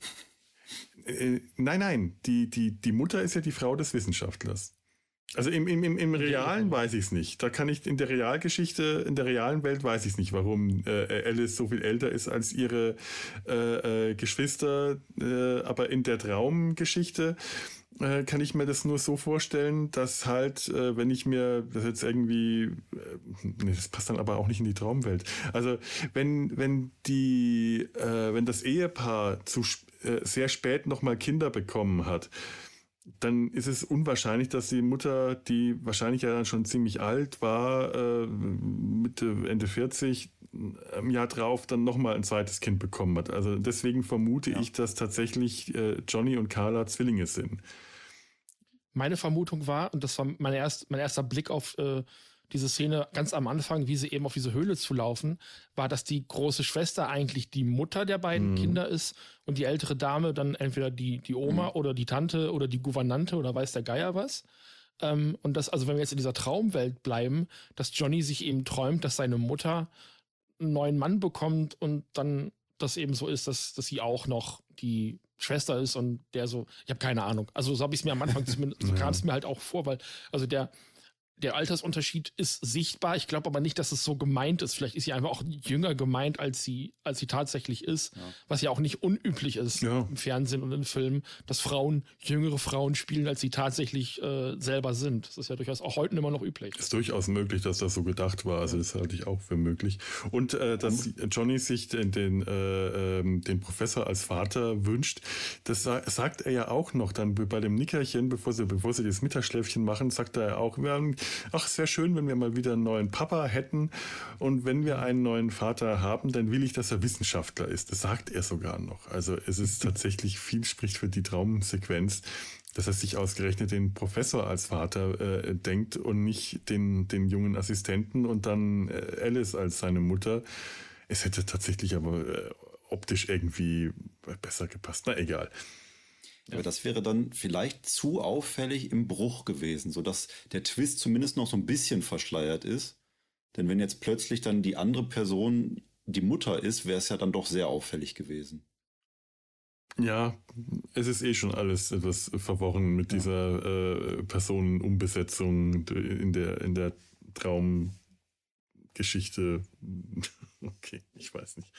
Nein, die Mutter ist ja die Frau des Wissenschaftlers. Also im Realen weiß ich es nicht. Da kann ich in der Realgeschichte, in der realen Welt weiß ich es nicht, warum Alice so viel älter ist als ihre Geschwister. Aber in der Traumgeschichte kann ich mir das nur so vorstellen, dass halt, wenn ich mir das jetzt irgendwie, das passt dann aber auch nicht in die Traumwelt. Also wenn das Ehepaar sehr spät nochmal Kinder bekommen hat, dann ist es unwahrscheinlich, dass die Mutter, die wahrscheinlich ja dann schon ziemlich alt war, Mitte, Ende 40, im Jahr drauf dann nochmal ein zweites Kind bekommen hat. Also deswegen vermute ich, dass tatsächlich Johnny und Carla Zwillinge sind. Meine Vermutung war, und das war mein erster Blick auf diese Szene ganz am Anfang, wie sie eben auf diese Höhle zu laufen, war, dass die große Schwester eigentlich die Mutter der beiden Kinder ist und die ältere Dame dann entweder die Oma oder die Tante oder die Gouvernante oder weiß der Geier was. Und das, also wenn wir jetzt in dieser Traumwelt bleiben, dass Johnny sich eben träumt, dass seine Mutter einen neuen Mann bekommt und dann das eben so ist, dass sie auch noch die Schwester ist und der so, ich habe keine Ahnung. Also so habe ich es mir am Anfang, so kam es mir halt auch vor, weil also der Altersunterschied ist sichtbar. Ich glaube aber nicht, dass es so gemeint ist. Vielleicht ist sie einfach auch jünger gemeint, als sie tatsächlich ist. Ja. Was ja auch nicht unüblich ist im Fernsehen und in Filmen, dass jüngere Frauen spielen, als sie tatsächlich selber sind. Das ist ja durchaus auch heute immer noch üblich. Ist durchaus möglich, dass das so gedacht war. Also das halte ich auch für möglich. Und dass Johnny sich den Professor als Vater wünscht, das sagt er ja auch noch dann bei dem Nickerchen, bevor sie das Mittagsschläfchen machen, sagt er auch, ach, es wäre schön, wenn wir mal wieder einen neuen Papa hätten und wenn wir einen neuen Vater haben, dann will ich, dass er Wissenschaftler ist. Das sagt er sogar noch. Also es ist tatsächlich viel spricht für die Traumsequenz, dass er sich ausgerechnet den Professor als Vater denkt und nicht den jungen Assistenten und dann Alice als seine Mutter. Es hätte tatsächlich aber optisch irgendwie besser gepasst. Na, egal. Aber das wäre dann vielleicht zu auffällig im Bruch gewesen, sodass der Twist zumindest noch so ein bisschen verschleiert ist. Denn wenn jetzt plötzlich dann die andere Person die Mutter ist, wäre es ja dann doch sehr auffällig gewesen. Ja, es ist eh schon alles etwas verworren mit dieser Personenumbesetzung in der Traumgeschichte. Okay, ich weiß nicht.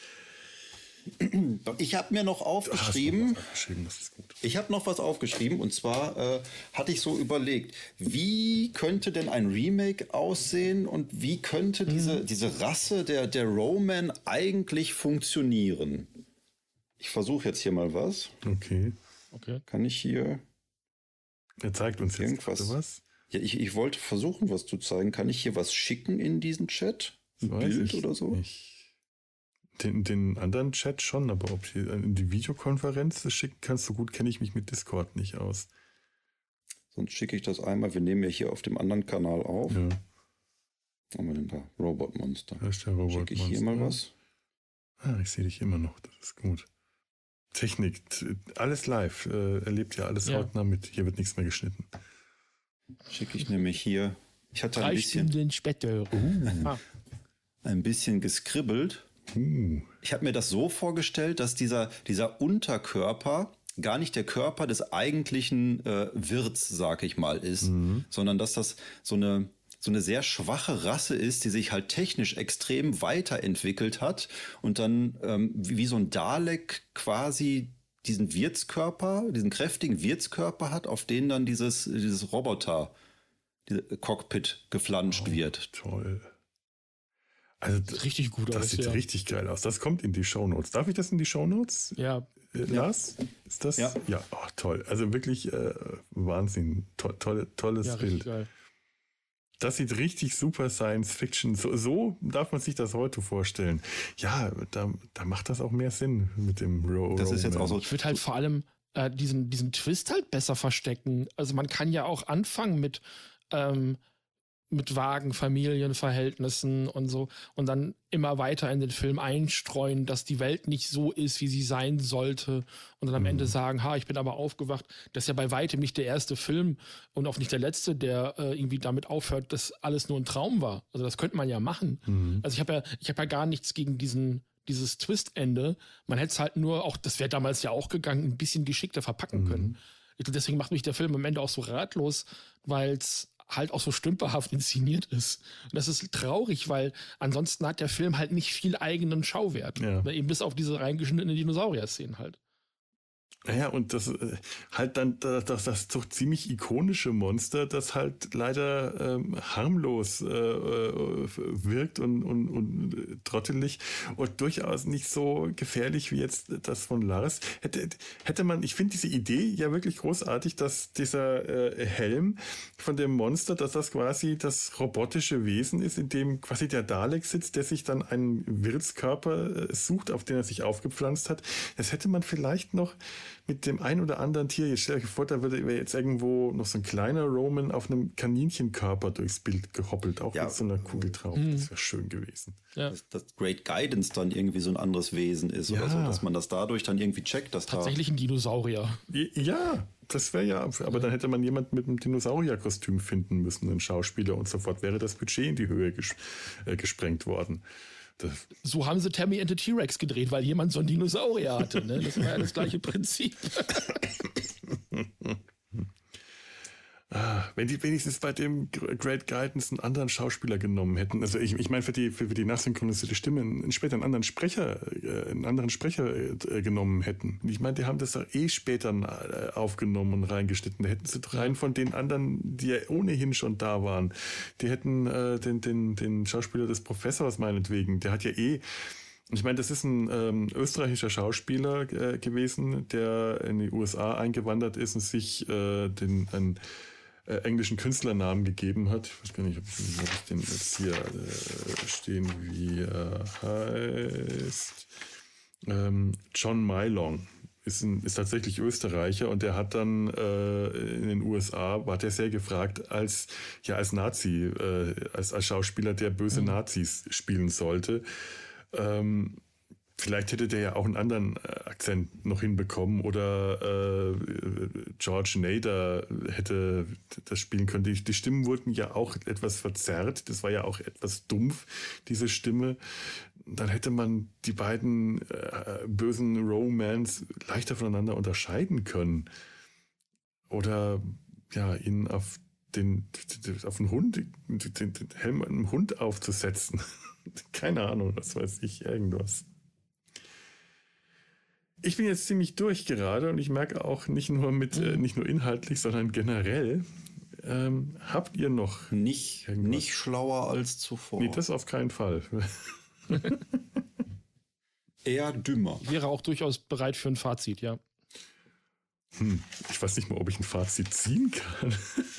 Ich habe mir noch aufgeschrieben. Das ist gut. Ich habe noch was aufgeschrieben und zwar hatte ich so überlegt, wie könnte denn ein Remake aussehen und wie könnte diese Rasse der Roman eigentlich funktionieren? Ich versuche jetzt hier mal was. Okay. Kann ich hier... Er zeigt uns jetzt irgendwas. Was? Ja, ich wollte versuchen, was zu zeigen. Kann ich hier was schicken in diesen Chat? Ein Bild oder so? Den anderen Chat schon, aber ob hier in die Videokonferenz das schicken kannst, so gut kenne ich mich mit Discord nicht aus. Sonst schicke ich das einmal. Wir nehmen ja hier auf dem anderen Kanal auf. Ja. Was haben wir denn da? Robot Monster. Da ist der Robot Schicke ich hier mal was? Ich sehe dich immer noch. Das ist gut. Technik, alles live. Erlebt ja alles hautnah mit. Hier wird nichts mehr geschnitten. Schicke ich nämlich hier. Ich hatte 3 Stunden später. Ein bisschen geskribbelt. Ich habe mir das so vorgestellt, dass dieser Unterkörper gar nicht der Körper des eigentlichen Wirts, sag ich mal, ist, sondern dass das so eine sehr schwache Rasse ist, die sich halt technisch extrem weiterentwickelt hat und dann wie so ein Dalek quasi diesen Wirtskörper, diesen kräftigen Wirtskörper hat, auf den dann dieses Roboter, dieses Cockpit geflanscht wird. Toll. Also richtig gut aus. Das sieht richtig geil aus. Das kommt in die Shownotes. Darf ich das in die Shownotes? Ja. Lars? Ist das? Ja. Toll. Also wirklich Wahnsinn. Tolles Bild. Geil. Das sieht richtig super Science-Fiction. So darf man sich das heute vorstellen. Ja, da macht das auch mehr Sinn mit dem Roman. Das ist jetzt auch so. Ich würde halt vor allem diesen Twist halt besser verstecken. Also man kann ja auch anfangen mit vagen Familienverhältnissen und so und dann immer weiter in den Film einstreuen, dass die Welt nicht so ist, wie sie sein sollte und dann am Ende sagen, ich bin aber aufgewacht. Das ist ja bei weitem nicht der erste Film und auch nicht der letzte, der irgendwie damit aufhört, dass alles nur ein Traum war. Also das könnte man ja machen. Also ich habe ja gar nichts gegen dieses Twist-Ende. Man hätte es halt nur, auch das wäre damals ja auch gegangen, ein bisschen geschickter verpacken können. Deswegen macht mich der Film am Ende auch so ratlos, weil es halt auch so stümperhaft inszeniert ist. Und das ist traurig, weil ansonsten hat der Film halt nicht viel eigenen Schauwert. Ja. Eben bis auf diese reingeschnittenen Dinosaurier-Szenen halt. Ja, und das halt dann das doch ziemlich ikonische Monster, das halt leider harmlos wirkt und trottelig und durchaus nicht so gefährlich wie jetzt das von Lars. Hätte man, ich finde diese Idee ja wirklich großartig, dass dieser Helm von dem Monster, dass das quasi das robotische Wesen ist, in dem quasi der Dalek sitzt, der sich dann einen Wirtskörper sucht, auf den er sich aufgepflanzt hat. Das hätte man vielleicht noch mit dem ein oder anderen Tier, jetzt stell dir vor, da wäre jetzt irgendwo noch so ein kleiner Roman auf einem Kaninchenkörper durchs Bild gehoppelt, auch mit so einer Kugel drauf. Das wäre schön gewesen. Ja. Dass Great Guidance dann irgendwie so ein anderes Wesen ist oder so, dass man das dadurch dann irgendwie checkt, dass tatsächlich ein Dinosaurier. Ja, das wäre aber dann hätte man jemanden mit einem Dinosaurierkostüm finden müssen, einen Schauspieler und sofort wäre das Budget in die Höhe gesprengt worden. So haben sie Tammy and the T-Rex gedreht, weil jemand so einen Dinosaurier hatte. Ne? Das war ja das gleiche Prinzip. Wenn die wenigstens bei dem Great Guidance einen anderen Schauspieler genommen hätten. Also ich meine für die nachsynchronisierte Stimme später einen anderen Sprecher genommen hätten. Ich meine, die haben das doch später aufgenommen und reingeschnitten. Da hätten sie doch einen von den anderen, die ja ohnehin schon da waren. Die hätten den Schauspieler des Professors meinetwegen, der hat ja ich meine, das ist ein österreichischer Schauspieler gewesen, der in die USA eingewandert ist und sich einen englischen Künstlernamen gegeben hat. Ich weiß gar nicht, ob ich den jetzt hier stehen, wie er heißt. John Mylong ist tatsächlich Österreicher und der hat dann in den USA, war der sehr gefragt als Nazi, als Schauspieler, der böse Nazis spielen sollte. Vielleicht hätte der ja auch einen anderen Akzent noch hinbekommen oder George Nader hätte das spielen können. Die Stimmen wurden ja auch etwas verzerrt. Das war ja auch etwas dumpf, diese Stimme. Dann hätte man die beiden bösen Romans leichter voneinander unterscheiden können. Oder ja, ihn auf den Hund, den Helm einem Hund aufzusetzen. Keine Ahnung, was weiß ich, irgendwas. Ich bin jetzt ziemlich durch gerade und ich merke auch nicht nur inhaltlich, sondern generell. Habt ihr noch nicht schlauer als zuvor? Nee, das auf keinen Fall. Eher dümmer. Wäre auch durchaus bereit für ein Fazit, ja. Ich weiß nicht mal, ob ich ein Fazit ziehen kann.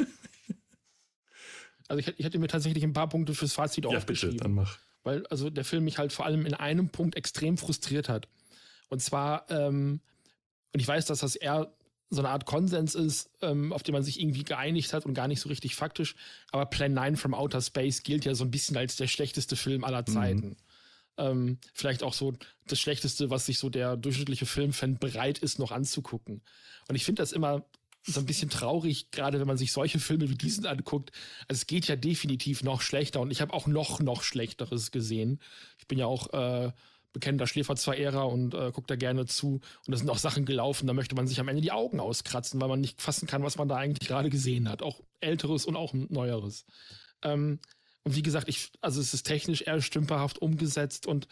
Also ich hätte mir tatsächlich ein paar Punkte fürs Fazit aufgeschrieben. Ja, bitte, dann mach. Weil also der Film mich halt vor allem in einem Punkt extrem frustriert hat. Und zwar, und ich weiß, dass das eher so eine Art Konsens ist, auf den man sich irgendwie geeinigt hat und gar nicht so richtig faktisch, aber Plan 9 from Outer Space gilt ja so ein bisschen als der schlechteste Film aller Zeiten. Vielleicht auch so das Schlechteste, was sich so der durchschnittliche Filmfan bereit ist, noch anzugucken. Und ich finde das immer so ein bisschen traurig, gerade wenn man sich solche Filme wie diesen anguckt. Also es geht ja definitiv noch schlechter und ich habe auch noch Schlechteres gesehen. Ich bin ja auch bekennender Schläferzwar-Ära und guckt da gerne zu. Und da sind auch Sachen gelaufen, da möchte man sich am Ende die Augen auskratzen, weil man nicht fassen kann, was man da eigentlich gerade gesehen hat. Auch Älteres und auch Neueres. Und wie gesagt, es ist technisch eher stümperhaft umgesetzt und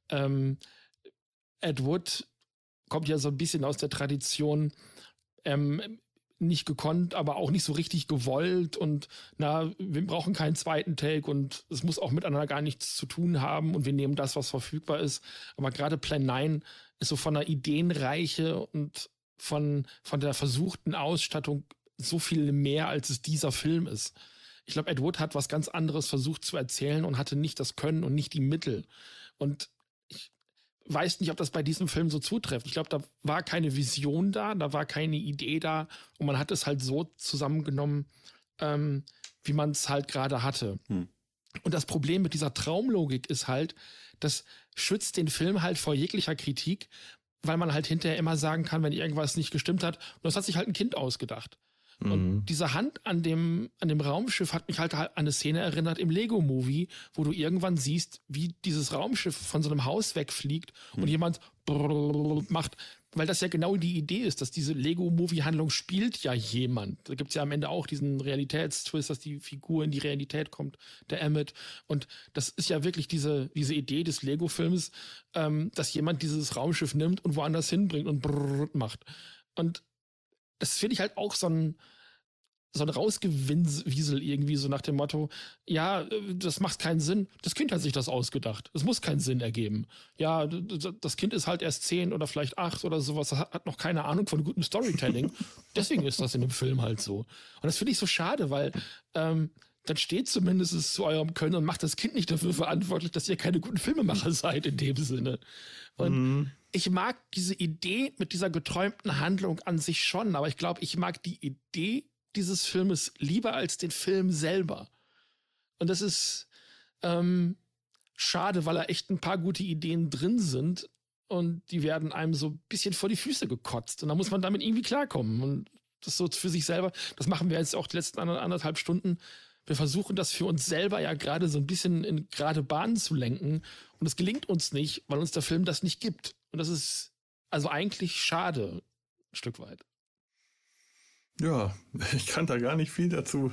Ed Wood kommt ja so ein bisschen aus der Tradition, nicht gekonnt, aber auch nicht so richtig gewollt und wir brauchen keinen zweiten Take und es muss auch miteinander gar nichts zu tun haben und wir nehmen das, was verfügbar ist. Aber gerade Plan 9 ist so von der Ideenreiche und von der versuchten Ausstattung so viel mehr, als es dieser Film ist. Ich glaube, Ed Wood hat was ganz anderes versucht zu erzählen und hatte nicht das Können und nicht die Mittel. Und ich weiß nicht, ob das bei diesem Film so zutrifft. Ich glaube, da war keine Vision da war keine Idee da und man hat es halt so zusammengenommen, wie man es halt gerade hatte. Und das Problem mit dieser Traumlogik ist halt, das schützt den Film halt vor jeglicher Kritik, weil man halt hinterher immer sagen kann, wenn irgendwas nicht gestimmt hat, das hat sich halt ein Kind ausgedacht. Und diese Hand an dem Raumschiff hat mich halt an eine Szene erinnert im Lego-Movie, wo du irgendwann siehst, wie dieses Raumschiff von so einem Haus wegfliegt und jemand macht, weil das ja genau die Idee ist, dass diese Lego-Movie-Handlung spielt ja jemand. Da gibt es ja am Ende auch diesen Realitätstwist, dass die Figur in die Realität kommt, der Emmett. Und das ist ja wirklich diese Idee des Lego-Films, dass jemand dieses Raumschiff nimmt und woanders hinbringt und macht. Und das finde ich halt auch so ein Rausgewiesel irgendwie, so nach dem Motto, ja, das macht keinen Sinn. Das Kind hat sich das ausgedacht. Das muss keinen Sinn ergeben. Ja, das Kind ist halt erst 10 oder vielleicht 8 oder sowas, das hat noch keine Ahnung von gutem Storytelling. Deswegen ist das in dem Film halt so. Und das finde ich so schade, weil dann steht zumindest es zu eurem Können und macht das Kind nicht dafür verantwortlich, dass ihr keine guten Filmemacher seid in dem Sinne. Und ich mag diese Idee mit dieser geträumten Handlung an sich schon, aber ich glaube, ich mag die Idee dieses Filmes lieber als den Film selber. Und das ist schade, weil da echt ein paar gute Ideen drin sind und die werden einem so ein bisschen vor die Füße gekotzt. Und da muss man damit irgendwie klarkommen. Und das so für sich selber, das machen wir jetzt auch die letzten 1,5 Stunden. Wir versuchen das für uns selber ja gerade so ein bisschen in gerade Bahnen zu lenken. Und es gelingt uns nicht, weil uns der Film das nicht gibt. Und das ist also eigentlich schade, ein Stück weit. Ja, ich kann da gar nicht viel dazu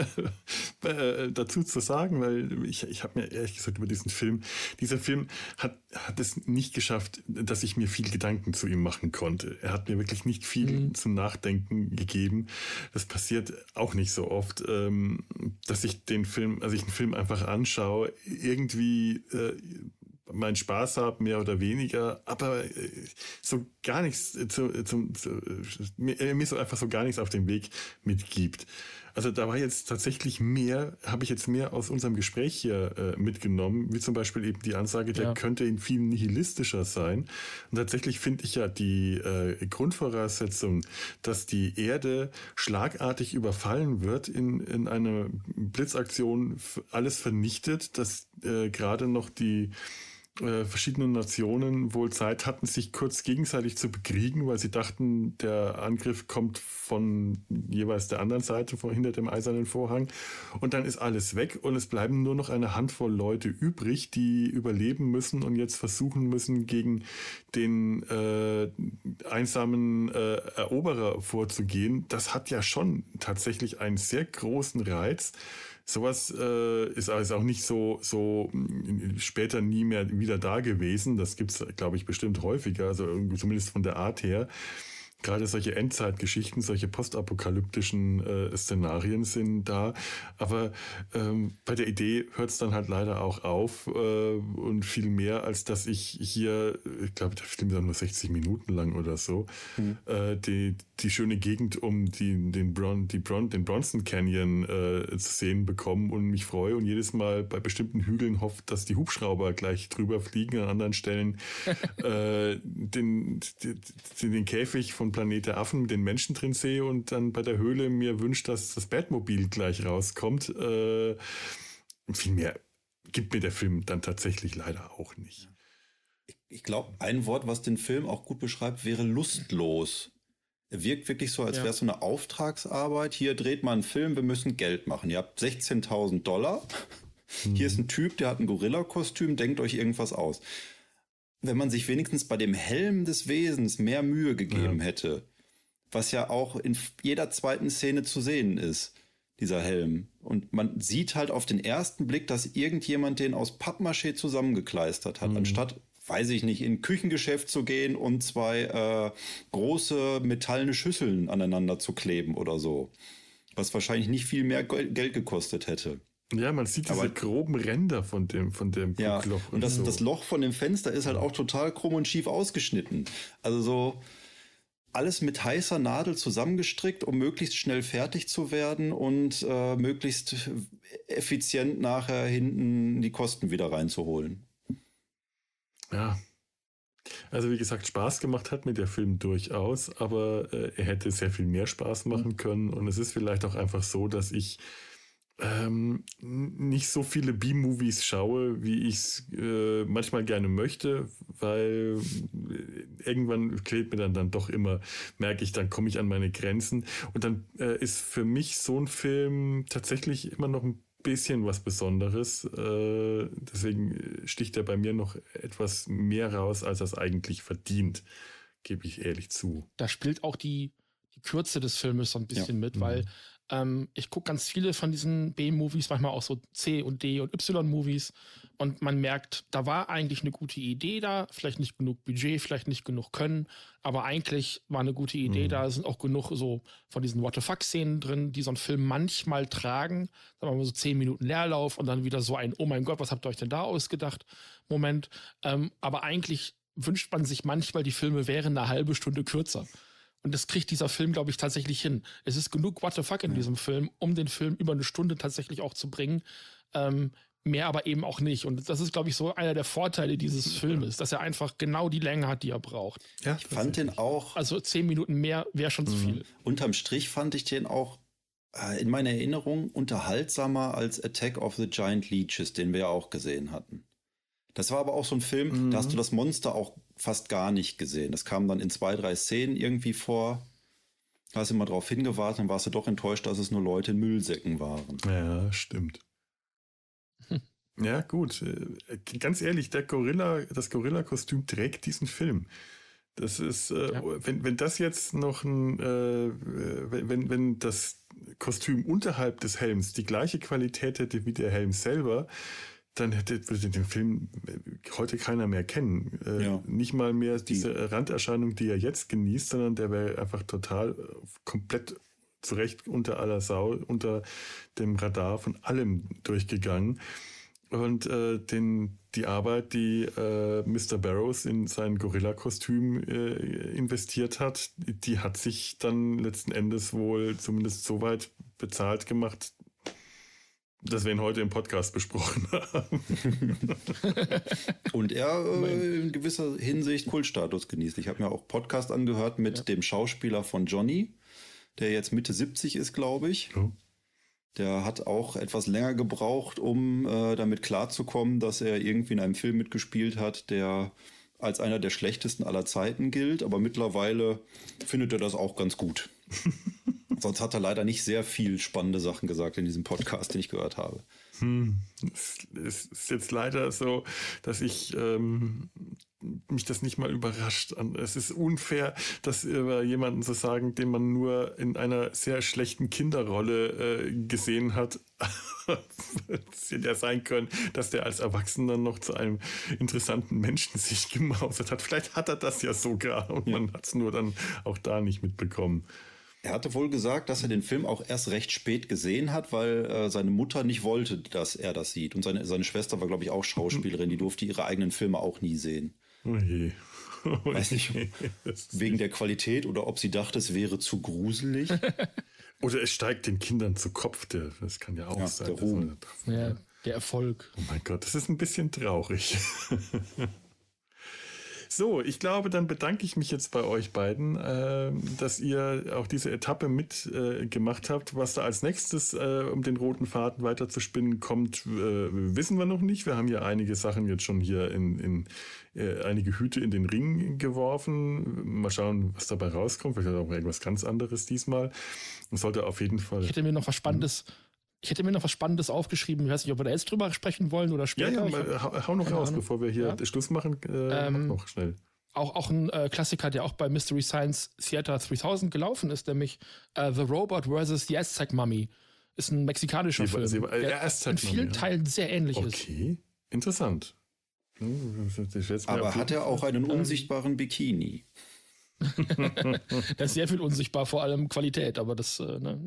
zu sagen, weil ich habe mir ehrlich gesagt über dieser Film hat es nicht geschafft, dass ich mir viel Gedanken zu ihm machen konnte. Er hat mir wirklich nicht viel zum Nachdenken gegeben. Das passiert auch nicht so oft, dass ich einen Film einfach anschaue, irgendwie meinen Spaß habe, mehr oder weniger, aber so gar nichts mir so einfach so gar nichts auf dem Weg mitgibt. Also da war jetzt tatsächlich habe ich jetzt mehr aus unserem Gespräch hier mitgenommen, wie zum Beispiel eben die Ansage, der könnte in vielen nihilistischer sein. Und tatsächlich finde ich ja die Grundvoraussetzung, dass die Erde schlagartig überfallen wird, in einer Blitzaktion alles vernichtet, dass gerade noch die verschiedene Nationen wohl Zeit hatten, sich kurz gegenseitig zu bekriegen, weil sie dachten, der Angriff kommt von jeweils der anderen Seite hinter dem eisernen Vorhang. Und dann ist alles weg und es bleiben nur noch eine Handvoll Leute übrig, die überleben müssen und jetzt versuchen müssen, gegen den einsamen Eroberer vorzugehen. Das hat ja schon tatsächlich einen sehr großen Reiz. Sowas ist also auch nicht so später nie mehr wieder da gewesen. Das gibt's, glaube ich, bestimmt häufiger, also irgendwie zumindest von der Art her. Gerade solche Endzeitgeschichten, solche postapokalyptischen Szenarien sind da. Aber bei der Idee hört es dann halt leider auch auf und viel mehr, als dass ich hier, ich glaube, der Film ist nur 60 Minuten lang oder so, die schöne Gegend um den Bronson Canyon zu sehen bekomme und mich freue und jedes Mal bei bestimmten Hügeln hoffe, dass die Hubschrauber gleich drüber fliegen, an anderen Stellen den Käfig von Planet der Affen mit den Menschen drin sehe und dann bei der Höhle mir wünscht, dass das Batmobil gleich rauskommt. Viel mehr gibt mir der Film dann tatsächlich leider auch nicht. Ich glaube, ein Wort, was den Film auch gut beschreibt, wäre lustlos. Er wirkt wirklich so, als wäre es so eine Auftragsarbeit. Hier dreht man einen Film, wir müssen Geld machen. Ihr habt $16.000. Hier ist ein Typ, der hat ein Gorilla-Kostüm, denkt euch irgendwas aus. Wenn man sich wenigstens bei dem Helm des Wesens mehr Mühe gegeben hätte, was ja auch in jeder zweiten Szene zu sehen ist, dieser Helm. Und man sieht halt auf den ersten Blick, dass irgendjemand den aus Pappmaché zusammengekleistert hat, anstatt, weiß ich nicht, in ein Küchengeschäft zu gehen und zwei große metallene Schüsseln aneinander zu kleben oder so. Was wahrscheinlich nicht viel mehr Geld gekostet hätte. Ja, man sieht diese groben Ränder von dem Guckloch. Und das Loch von dem Fenster ist halt auch total krumm und schief ausgeschnitten. Also so alles mit heißer Nadel zusammengestrickt, um möglichst schnell fertig zu werden und möglichst effizient nachher hinten die Kosten wieder reinzuholen. Ja. Also wie gesagt, Spaß gemacht hat mir der Film durchaus, aber er hätte sehr viel mehr Spaß machen können und es ist vielleicht auch einfach so, dass ich nicht so viele B-Movies schaue, wie ich es manchmal gerne möchte, weil irgendwann quält mir dann doch immer, merke ich, dann komme ich an meine Grenzen und dann ist für mich so ein Film tatsächlich immer noch ein bisschen was Besonderes. Deswegen sticht er bei mir noch etwas mehr raus, als er es eigentlich verdient, gebe ich ehrlich zu. Da spielt auch die Kürze des Filmes so ein bisschen mit, weil ich gucke ganz viele von diesen B-Movies, manchmal auch so C- und D- und Y-Movies und man merkt, da war eigentlich eine gute Idee da, vielleicht nicht genug Budget, vielleicht nicht genug Können, aber eigentlich war eine gute Idee da, es sind auch genug so von diesen What-the-fuck-Szenen drin, die so einen Film manchmal tragen, sagen wir mal so 10 Minuten Leerlauf und dann wieder so ein, oh mein Gott, was habt ihr euch denn da ausgedacht? Moment, aber eigentlich wünscht man sich manchmal, die Filme wären eine halbe Stunde kürzer. Und das kriegt dieser Film, glaube ich, tatsächlich hin. Es ist genug What the fuck in diesem Film, um den Film über eine Stunde tatsächlich auch zu bringen. Mehr aber eben auch nicht. Und das ist, glaube ich, so einer der Vorteile dieses Filmes, dass er einfach genau die Länge hat, die er braucht. Ja, ich fand den auch. Also 10 Minuten mehr wäre schon zu viel. Unterm Strich fand ich den auch in meiner Erinnerung unterhaltsamer als Attack of the Giant Leeches, den wir ja auch gesehen hatten. Das war aber auch so ein Film, da hast du das Monster auch fast gar nicht gesehen. Das kam dann in 2, 3 Szenen irgendwie vor. Da hast du immer drauf hingewartet, dann warst du doch enttäuscht, dass es nur Leute in Müllsäcken waren. Ja, stimmt. Ja, gut. Ganz ehrlich, das Gorilla-Kostüm trägt diesen Film. Das ist, wenn das jetzt noch wenn das Kostüm unterhalb des Helms die gleiche Qualität hätte wie der Helm selber, dann würde den Film heute keiner mehr kennen. Nicht mal mehr diese Randerscheinung, die er jetzt genießt, sondern der wäre einfach total komplett zurecht unter aller Sau, unter dem Radar von allem durchgegangen. Und die Arbeit, die Mr. Barrows in sein Gorilla-Kostüm investiert hat, die hat sich dann letzten Endes wohl zumindest so weit bezahlt gemacht, dass wir ihn heute im Podcast besprochen haben. Und er in gewisser Hinsicht Kultstatus genießt. Ich habe mir auch Podcast angehört mit dem Schauspieler von Johnny, der jetzt Mitte 70 ist, glaube ich. Der hat auch etwas länger gebraucht, um damit klarzukommen, dass er irgendwie in einem Film mitgespielt hat, der als einer der schlechtesten aller Zeiten gilt. Aber mittlerweile findet er das auch ganz gut. Sonst hat er leider nicht sehr viel spannende Sachen gesagt in diesem Podcast, den ich gehört habe. Es ist jetzt leider so, dass ich mich das nicht mal überrascht. Es ist unfair, das über jemanden zu sagen, den man nur in einer sehr schlechten Kinderrolle gesehen hat. Es hätte ja sein können, dass der als Erwachsener noch zu einem interessanten Menschen sich gemausert hat. Vielleicht hat er das ja sogar und man hat es nur dann auch da nicht mitbekommen. Er hatte wohl gesagt, dass er den Film auch erst recht spät gesehen hat, weil seine Mutter nicht wollte, dass er das sieht. Und seine Schwester war, glaube ich, auch Schauspielerin. Die durfte ihre eigenen Filme auch nie sehen. Oh je. Weiß nicht, wegen der Qualität oder ob sie dachte, es wäre zu gruselig. Oder es steigt den Kindern zu Kopf. Das kann ja auch sein. Der Ruhm. Ja, der Erfolg. Oh mein Gott, das ist ein bisschen traurig. So, ich glaube, dann bedanke ich mich jetzt bei euch beiden, dass ihr auch diese Etappe mitgemacht habt. Was da als nächstes, um den roten Faden weiter zu spinnen, kommt, wissen wir noch nicht. Wir haben ja einige Sachen jetzt schon hier in einige Hüte in den Ring geworfen. Mal schauen, was dabei rauskommt. Vielleicht auch irgendwas ganz anderes diesmal. Und sollte auf jeden Fall... Ich hätte mir noch was Spannendes aufgeschrieben. Ich weiß nicht, ob wir da jetzt drüber sprechen wollen oder später. Ja, hau noch raus, bevor wir hier Schluss machen. Mach noch schnell. Auch ein Klassiker, der auch bei Mystery Science Theater 3000 gelaufen ist, nämlich The Robot vs. the Aztec Mummy. Ist ein mexikanischer Film, der in vielen Teilen sehr ähnlich ist. Okay, interessant. Aber hat er auch einen unsichtbaren Bikini? Das ist sehr viel unsichtbar, vor allem Qualität, aber das...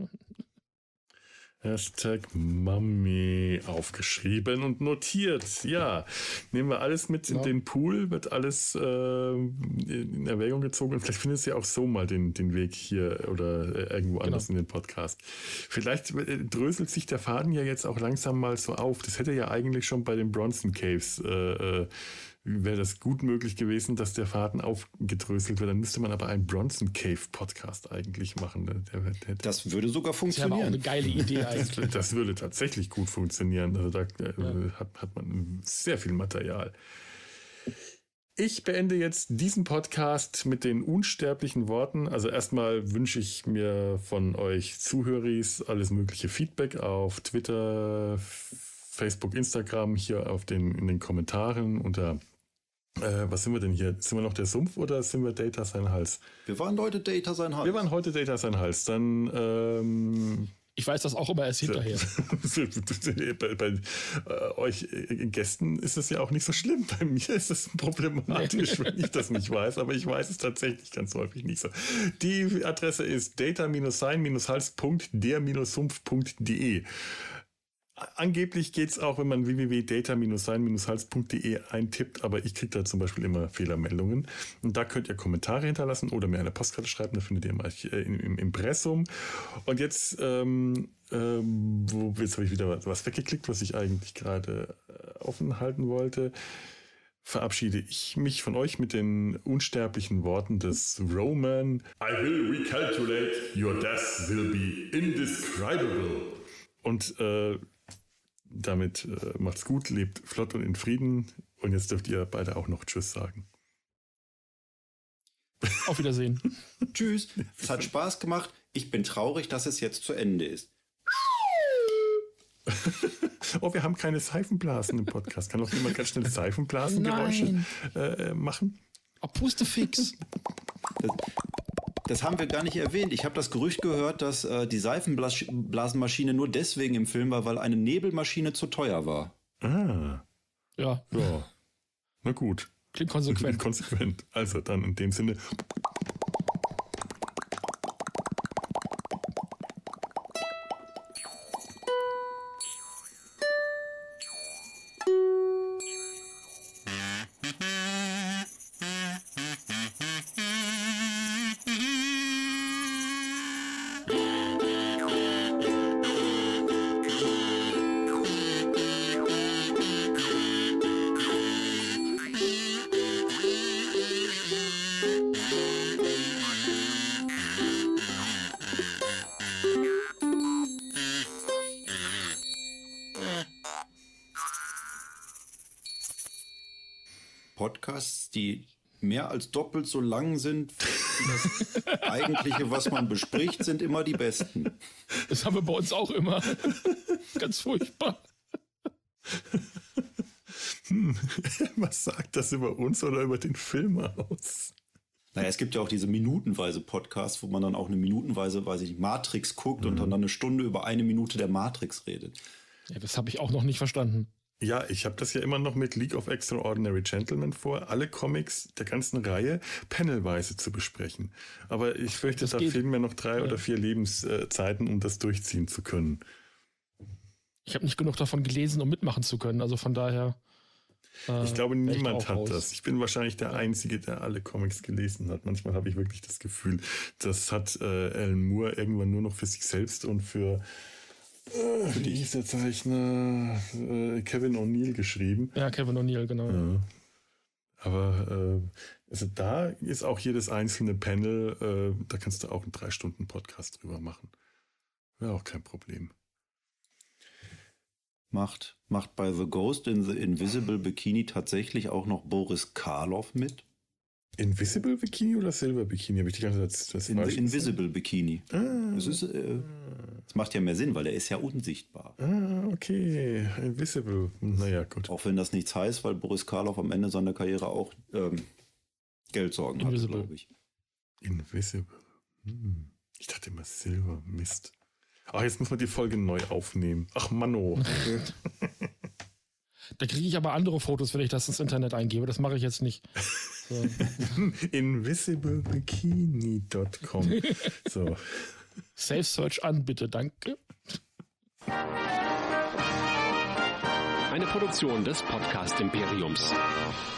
Hashtag Mummy aufgeschrieben und notiert. Ja, nehmen wir alles mit in den Pool, wird alles in Erwägung gezogen und vielleicht findet ihr auch so mal den Weg hier oder irgendwo anders in den Podcast. Vielleicht dröselt sich der Faden ja jetzt auch langsam mal so auf. Das hätte ja eigentlich schon bei den Bronson Caves wäre das gut möglich gewesen, dass der Faden aufgedröselt wird. Dann müsste man aber einen Bronson Cave Podcast eigentlich machen. Das würde sogar funktionieren. Das wäre aber auch eine geile Idee eigentlich. Das würde tatsächlich gut funktionieren. Also da hat man sehr viel Material. Ich beende jetzt diesen Podcast mit den unsterblichen Worten. Also erstmal wünsche ich mir von euch Zuhöris alles mögliche Feedback auf Twitter, Facebook, Instagram, hier in den Kommentaren unter was sind wir denn hier? Sind wir noch der Sumpf oder sind wir Data sein Hals? Wir waren heute Data sein Hals. Wir waren heute Data sein Hals. Dann ich weiß das auch immer erst hinterher. Bei euch Gästen ist es ja auch nicht so schlimm. Bei mir ist es problematisch, wenn ich das nicht weiß. Aber ich weiß es tatsächlich ganz häufig nicht so. Die Adresse ist data-sein-hals.der-sumpf.de. Angeblich geht es auch, wenn man www.data-sein-hals.de eintippt, aber ich kriege da zum Beispiel immer Fehlermeldungen. Und da könnt ihr Kommentare hinterlassen oder mir eine Postkarte schreiben, da findet ihr immer im Impressum. Und jetzt, jetzt habe ich wieder was weggeklickt, was ich eigentlich gerade offen halten wollte. Verabschiede ich mich von euch mit den unsterblichen Worten des Roman. I will recalculate, your death will be indescribable. Und damit macht's gut, lebt flott und in Frieden. Und jetzt dürft ihr beide auch noch Tschüss sagen. Auf Wiedersehen. Tschüss. Es hat Spaß gemacht. Ich bin traurig, dass es jetzt zu Ende ist. Oh, wir haben keine Seifenblasen im Podcast. Kann doch jemand ganz schnell Seifenblasengeräusche machen? Oh, Pustefix. Das haben wir gar nicht erwähnt. Ich habe das Gerücht gehört, dass die Seifenblasenmaschine nur deswegen im Film war, weil eine Nebelmaschine zu teuer war. Ah. Ja. Na gut. Klingt konsequent. Konsequent. Also dann in dem Sinne. Comics, die mehr als doppelt so lang sind wie das eigentliche, was man bespricht, sind immer die besten. Das haben wir bei uns auch immer. Ganz furchtbar. Was sagt das über uns oder über den Film aus? Naja, es gibt ja auch diese minutenweise Podcasts, wo man dann auch eine minutenweise, weiß ich nicht, Matrix guckt und dann eine Stunde über 1 Minute der Matrix redet. Ja, das habe ich auch noch nicht verstanden. Ja, ich habe das ja immer noch mit League of Extraordinary Gentlemen vor, alle Comics der ganzen Reihe panelweise zu besprechen. Aber ich fürchte, da fehlen mir noch 3 oder 4 Lebenszeiten, um das durchziehen zu können. Ich habe nicht genug davon gelesen, um mitmachen zu können. Also von daher. Ich glaube, niemand hat das. Ich bin wahrscheinlich der Einzige, der alle Comics gelesen hat. Manchmal habe ich wirklich das Gefühl, das hat Alan Moore irgendwann nur noch für sich selbst und für wie hieß der Zeichner? Kevin O'Neill geschrieben. Ja, Kevin O'Neill, genau. Ja. Aber also da ist auch jedes einzelne Panel, da kannst du auch einen 3-Stunden-Podcast drüber machen. Wäre auch kein Problem. Macht bei The Ghost in the Invisible Bikini tatsächlich auch noch Boris Karloff mit? Invisible Bikini oder Silver Bikini? Habe ich die ganze Zeit das In the Invisible Bikini. Das macht ja mehr Sinn, weil er ist ja unsichtbar. Okay. Invisible. Naja, gut. Auch wenn das nichts heißt, weil Boris Karloff am Ende seiner Karriere auch Geldsorgen hatte, glaube ich. Invisible. Ich dachte immer Silver. Mist. Ach, jetzt muss man die Folge neu aufnehmen. Ach, Manno. Da kriege ich aber andere Fotos, wenn ich das ins Internet eingebe. Das mache ich jetzt nicht. So. Invisiblebikini.com. So. Safe Search an, bitte. Danke. Eine Produktion des Podcast Imperiums.